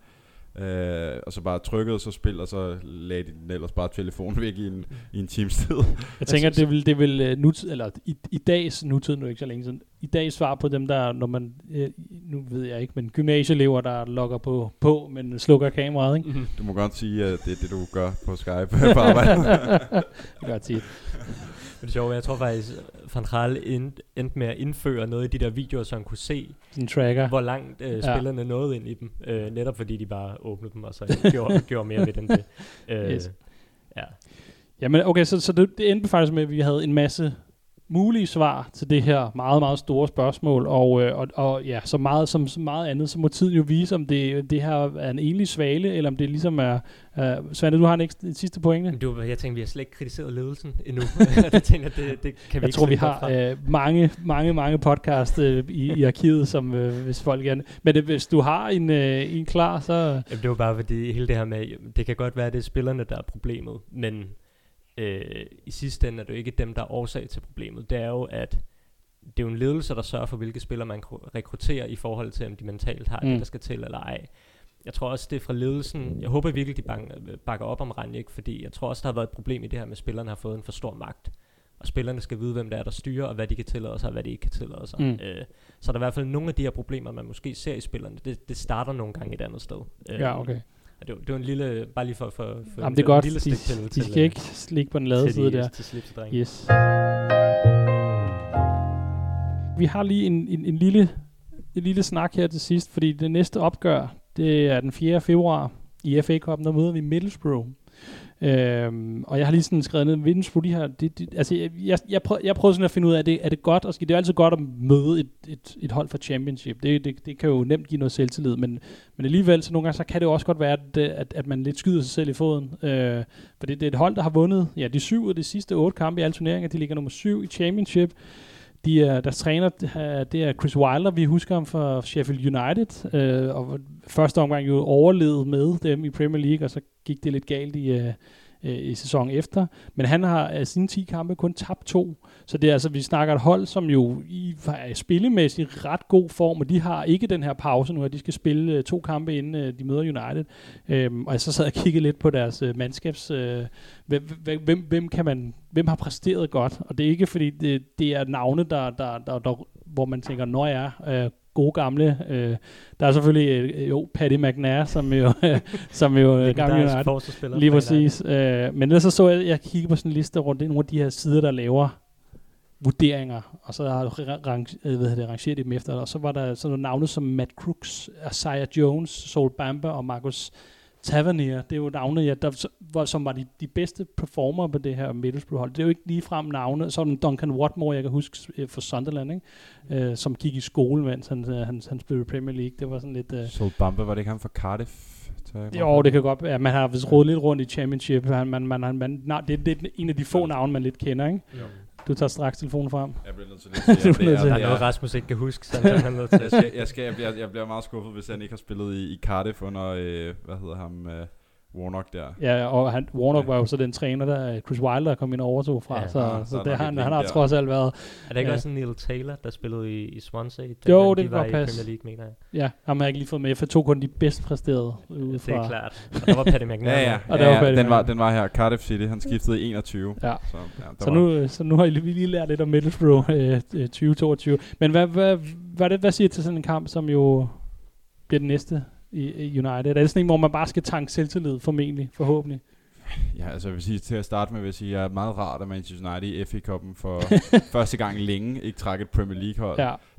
Uh, og så bare trykkede, så spil, og så lagde de den ellers bare telefonen væk i en, i en times tid. Jeg tænker, det vil, det vil uh, nutid, eller i, i dags nutid, nu ikke så længe siden, i dags svar på dem, der, når man, øh, nu ved jeg ikke, men gymnasieelever, der logger på, på men slukker kameraet, ikke? Mm-hmm. Du må godt sige, at det er det, du gør på Skype på arbejde. Det kan godt sige. Men det er sjovt, jeg tror faktisk, Van Gaal end, endte med at indføre noget i de der videoer, så han kunne se, Sådan en tracker. hvor langt øh, Ja. spillerne nåede ind i dem. Øh, netop fordi de bare åbnede dem, og så gjorde, gjorde mere ved dem det. Øh, Yes. Ja. Jamen, okay, så, så det, det endte faktisk med, at vi havde en masse mulige svar til det her meget, meget store spørgsmål, og, øh, og, og ja, så meget som så meget andet, så må tiden jo vise, om det, det her er en enlig svale, eller om det ligesom er... Uh, Svante, du har en ekstra, en sidste pointe? Men du, jeg tænker, vi har slet ikke kritiseret ledelsen endnu. jeg tænker, det, det kan vi Jeg ikke tror, vi slippe godt fra. har øh, mange, mange, mange podcast øh, i, i arkivet, som øh, hvis folk gerne... Men det, hvis du har en, øh, en klar, så... Jamen, det var bare fordi, hele det her med, jamen, det kan godt være, at det er spillerne, der er problemet, men øh, i sidste ende er det jo ikke dem, der er årsag til problemet. Det er jo, at det er jo en ledelse, der sørger for, hvilke spillere man rekrutterer i forhold til, om de mentalt har mm. det, der skal til eller ej. Jeg tror også, det er fra ledelsen. Jeg håber virkelig, de banker, bakker op om Rangnick, fordi jeg tror også, der har været et problem i det her med, at spillerne har fået en for stor magt. Og spillerne skal vide, hvem det er, der styrer, og hvad de kan tillade sig, og hvad de ikke kan tillade sig. Mm. Øh, så der er i hvert fald nogle af de her problemer, man måske ser i spillerne. Det, det starter nogle gange et andet sted. Øh, Ja, okay. Og det, var, det var en lille, bare lige for, for, for Jamen, det er godt. en lille De, stik til, de til, skal ikke ligge på den lade til side de, der. til slipsedrenge. Yes. Vi har lige en, en, en, lille, en lille snak her til sidst, fordi det næste opgør, det er den fjerde februar i F A Cup'en, der møder vi Middlesbrough. Øhm, og jeg har lige sådan skrevet ned, Middlesbrough, de her, det, det, altså jeg, jeg, jeg, prøv, jeg prøvede sådan at finde ud af, er det, er det godt, og det er altid godt at møde et, et, et hold fra Championship, det, det, det kan jo nemt give noget selvtillid, men, men alligevel, så nogle gange, så kan det jo også godt være, at, at, at man lidt skyder sig selv i foden, øh, for det, det er et hold, der har vundet, ja, de syv af de sidste otte kampe i alle turneringer, de ligger nummer syv i Championship. De er, deres træner, det er Chris Wilder, vi husker ham fra Sheffield United, øh, og første omgang jo overlevede med dem i Premier League, og så gik det lidt galt i, øh, i sæsonen efter. Men han har af sine ti kampe kun tabt to, så det er altså, vi snakker et hold, som jo i er spillemæssigt ret god form, og de har ikke den her pause nu, at de skal spille øh, to kampe inden øh, de møder United. Øhm, og jeg så sad og kiggede lidt på deres øh, mandskabs... Øh, hvem, hvem, hvem, kan man, hvem har præsteret godt? Og det er ikke, fordi det, det er navne, der, der, der, der, hvor man tænker, når jeg er... Øh, gode gamle. Øh, der er selvfølgelig øh, jo Paddy McNair, som jo som jo gamle United. Lige præcis. Øh, men ellers så så jeg, jeg kiggede på sådan en liste rundt, det er nogle af de her sider, der laver vurderinger, og så har jeg rang, øh, hvad det, rangeret dem efter, og så var der sådan nogle navne som Matt Crooks, Isaiah Jones, Sol Bamba og Marcus Tavernier. Det er jo navne, ja, der, hvor, som var de, de bedste performer på det her Middlesbrough-hold. Det er jo ikke ligefrem navne. Så den Duncan Watmore, jeg kan huske uh, for Sunderland, ikke? Mm. Uh, som gik i skole, mens han, uh, han, han spillede i Premier League. Det var sådan lidt... Uh, Sol Bamba, var det ikke ham for Cardiff? Jo, det kan godt være. Ja, man har vist rodet lidt rundt i Championship. Man, man, man, man, man, nej, det, det er en af de få navne, man lidt kender, ikke? Jo. Du tager straks telefonen frem. Jeg bliver nødt til det. Du bliver nødt til. Der er noget, Rasmus ikke kan huske, så han er nødt til. Jeg, skal, jeg, skal, jeg, bliver, jeg bliver meget skuffet, hvis han ikke har spillet i, i Cardiff under, øh, hvad hedder ham... Øh, Warnock der. Ja, og han, Warnock ja. var jo så den træner, der Chris Wilder kom ind og overtog fra, ja, så, ja, så, så det, han, han har der. trods alt været... Er der ikke ja. også en Neil Taylor, der spillede i, i Swansea? Jo, det de var kan i passe. Premier League, mener jeg. Ja, ham har jeg ikke lige fået med. Jeg tog kun de bedst præsterede ud fra... Det er klart. Og der var Paddy McNair. ja, ja. Og ja, der ja, var den, var, den var her. Cardiff City, han skiftede i enogtyve. Ja. Så, ja, så, nu, så nu har I lige lært lidt om Middlesbrough øh, tyve toogtyve. Men hvad, hvad, hvad, det, hvad siger til sådan en kamp, som jo bliver den næste i, i United? Er det sådan en, hvor man bare skal tanke selvtillid, formentlig, forhåbentlig? Ja, altså jeg vil sige, til at starte med, vil jeg sige, jeg er meget rart, at Manchester United i F A Cup'en for første gang længe ikke trækker et Premier League-hold. Ja.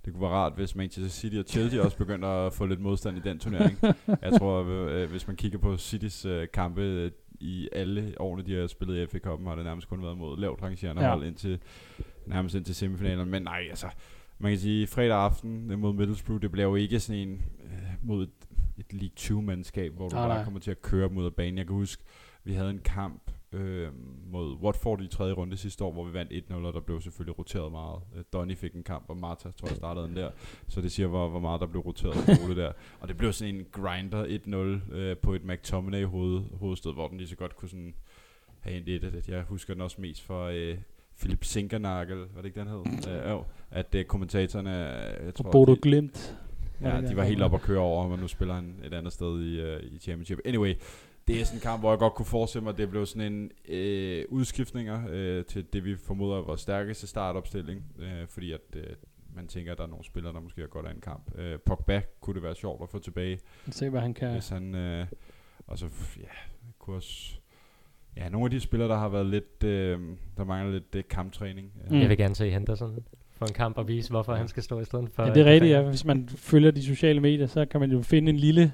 det kunne være rart, hvis Manchester City og Chelsea også begynder at få lidt modstand i den turnering. Jeg tror, øh, hvis man kigger på Citys øh, kampe øh, i alle årene, de har spillet i F A Cup'en, har det nærmest kun været mod lavt rangerende ja. hold indtil, nærmest indtil semifinalerne. Men nej, altså, man kan sige, fredag aften mod Middlesbrough, det bliver jo ikke sådan en øh, mod et, et League to-mandskab, hvor du ah, bare nej. kommer til at køre mod banen. Jeg kan huske, vi havde en kamp øh, mod Watford i tredje runde sidste år, hvor vi vandt et nul, og der blev selvfølgelig roteret meget. Uh, Donny fik en kamp, og Marta, tror jeg, startede den der. Så det siger, hvor, hvor meget der blev roteret på det der. Og det blev sådan en grinder et nul øh, på et McTominay hoved, hovedstød, hvor den lige så godt kunne sådan have en et. Jeg husker den også mest for øh, Philip Sinkernagel, var det ikke den hed? Øh, jo, at øh, kommentatorerne... Jeg tror, Bodo Glimt. Ja, de var helt op at køre over, men nu spiller han et andet sted i, uh, i Championship. Anyway, det er sådan en kamp, hvor jeg godt kunne forestille mig, at det blev sådan en øh, udskiftninger øh, til det, vi formoder er vores stærkeste startopstilling. Øh, fordi at øh, man tænker, at der er nogle spillere, der måske er godt af en kamp. Øh, Pogba kunne det være sjovt at få tilbage. Se, hvad han kan. Hvis han, øh, og så, ja, kunne også... Ja, nogle af de spillere, der har været lidt... Øh, der mangler lidt øh, kamptræning. Mm. Jeg vil gerne se Henderson for en kamp og vise, hvorfor ja. han skal stå i stedet for... Ja, det er rigtigt, ja. Hvis man følger de sociale medier, så kan man jo finde en lille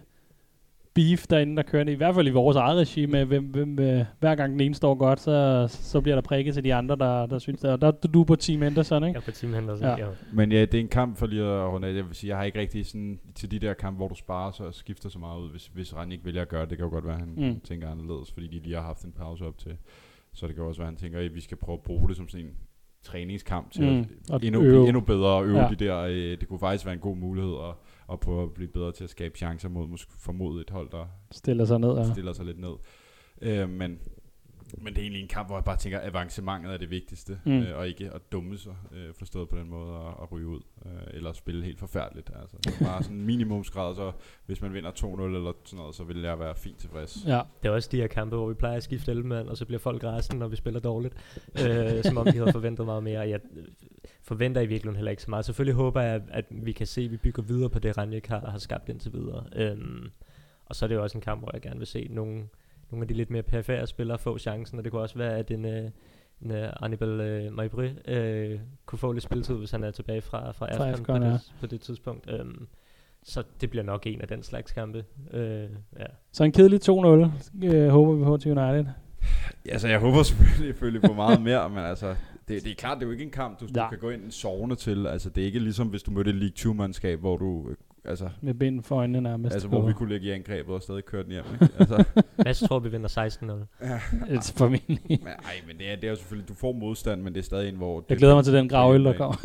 beef derinde, der kører i hvert fald i vores eget regi med, hvem, hvem, øh, hver gang den ene står godt, så, så bliver der prikket til de andre, der, der synes det. Og der er du på Team Henderson, ikke? Ja, på Team Henderson, ja. ja. Men ja, det er en kamp for lige at runde af. Jeg vil sige, jeg har ikke rigtig sådan, til de der kampe, hvor du sparer, så skifter så meget ud. Hvis, hvis Rani ikke vælger at gøre det, det kan jo godt være, at han mm. tænker anderledes, fordi de lige har haft en pause op til. Så det kan også være, at han tænker, at vi skal prøve at bruge det som sådan en træningskamp til mm. at endnu, blive endnu bedre og øve ja. de der. Øh, det kunne faktisk være en god mulighed at, at prøve at blive bedre til at skabe chancer mod måske formodet et hold, der stiller sig ned, ja. stiller sig lidt ned. Øh, men, men det er egentlig en kamp, hvor jeg bare tænker, at avancementet er det vigtigste, mm. øh, og ikke at dumme sig, øh, forstået på den måde, at, at ryge ud, øh, eller spille helt forfærdeligt. Altså, det er bare sådan en minimumsgrad, så hvis man vinder to nul eller sådan noget, så vil jeg være fint tilfreds. Ja. Det er også de her kampe, hvor vi plejer at skifte elleve mand, og så bliver folk resten, når vi spiller dårligt, øh, som om de havde forventet meget mere. Jeg forventer i virkeligheden heller ikke så meget. Selvfølgelig håber jeg, at vi kan se, at vi bygger videre på det, Rangnick har, har skabt indtil videre. Øhm, og så er det jo også en kamp, hvor jeg gerne vil se nogle nogle af de lidt mere perifære spillere få chancen, og det kunne også være, at en, en uh, Annibal uh, Maibri uh, kunne få lidt spilletid, hvis han er tilbage fra, fra Afghan på, ja. på det tidspunkt. Um, så det bliver nok en af den slags kampe. Uh, ja. Så en kedelig to nul uh, håber vi på til United. Ja, så jeg håber selvfølgelig, selvfølgelig på meget mere, men altså, det, det er klart, det er jo ikke en kamp, du, ja. du kan gå ind en sovende til. Altså, det er ikke ligesom, hvis du mødte et League to-mandskab, hvor du... Altså, med ben for øjnene nærmest. Altså, hvor vi kunne ligge i angrebet og stadig køre den hjem, ikke? Altså. Jeg tror, vi vinder seksten nul. Ja. Det formentlig. Men, ej, men det er, det er jo selvfølgelig, du får modstand, men det er stadig en, hvor... Jeg glæder mig til den gravøl, der kommer.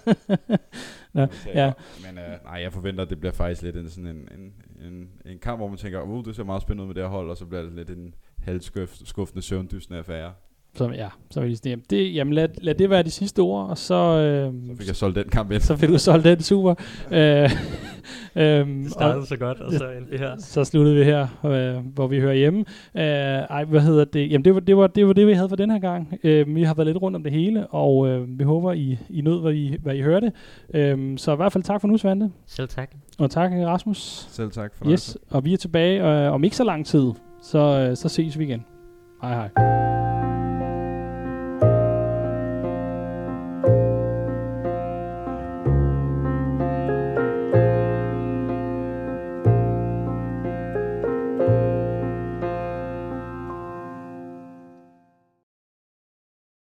ja. ja. ja. Men uh, nej, jeg forventer, at det bliver faktisk lidt en, sådan en, en, en, en kamp, hvor man tænker, uh, det ser meget spændende ud med det her hold, og så bliver det lidt en halvskuffende søvndysende affære. Så, ja, så vil jeg sige, det, jamen lad, lad det være de sidste ord, og så... Øh, så fik jeg solgt den kamp ind. Så fik du solgt den, super. øh, øhm, det startede så godt, og så endte vi her. Så sluttede vi her, øh, hvor vi hører hjemme. Øh, ej, hvad hedder det? Jamen det var det, var, det var det, vi havde for den her gang. Øh, vi har været lidt rundt om det hele, og øh, vi håber, I, I nød, hvad I, hvad I hørte. Øh, så i hvert fald tak for nu, Svante. Selv tak. Og tak, Rasmus. Selv tak for yes, og vi er tilbage øh, om ikke så lang tid, så, øh, så ses vi igen. Hej hej.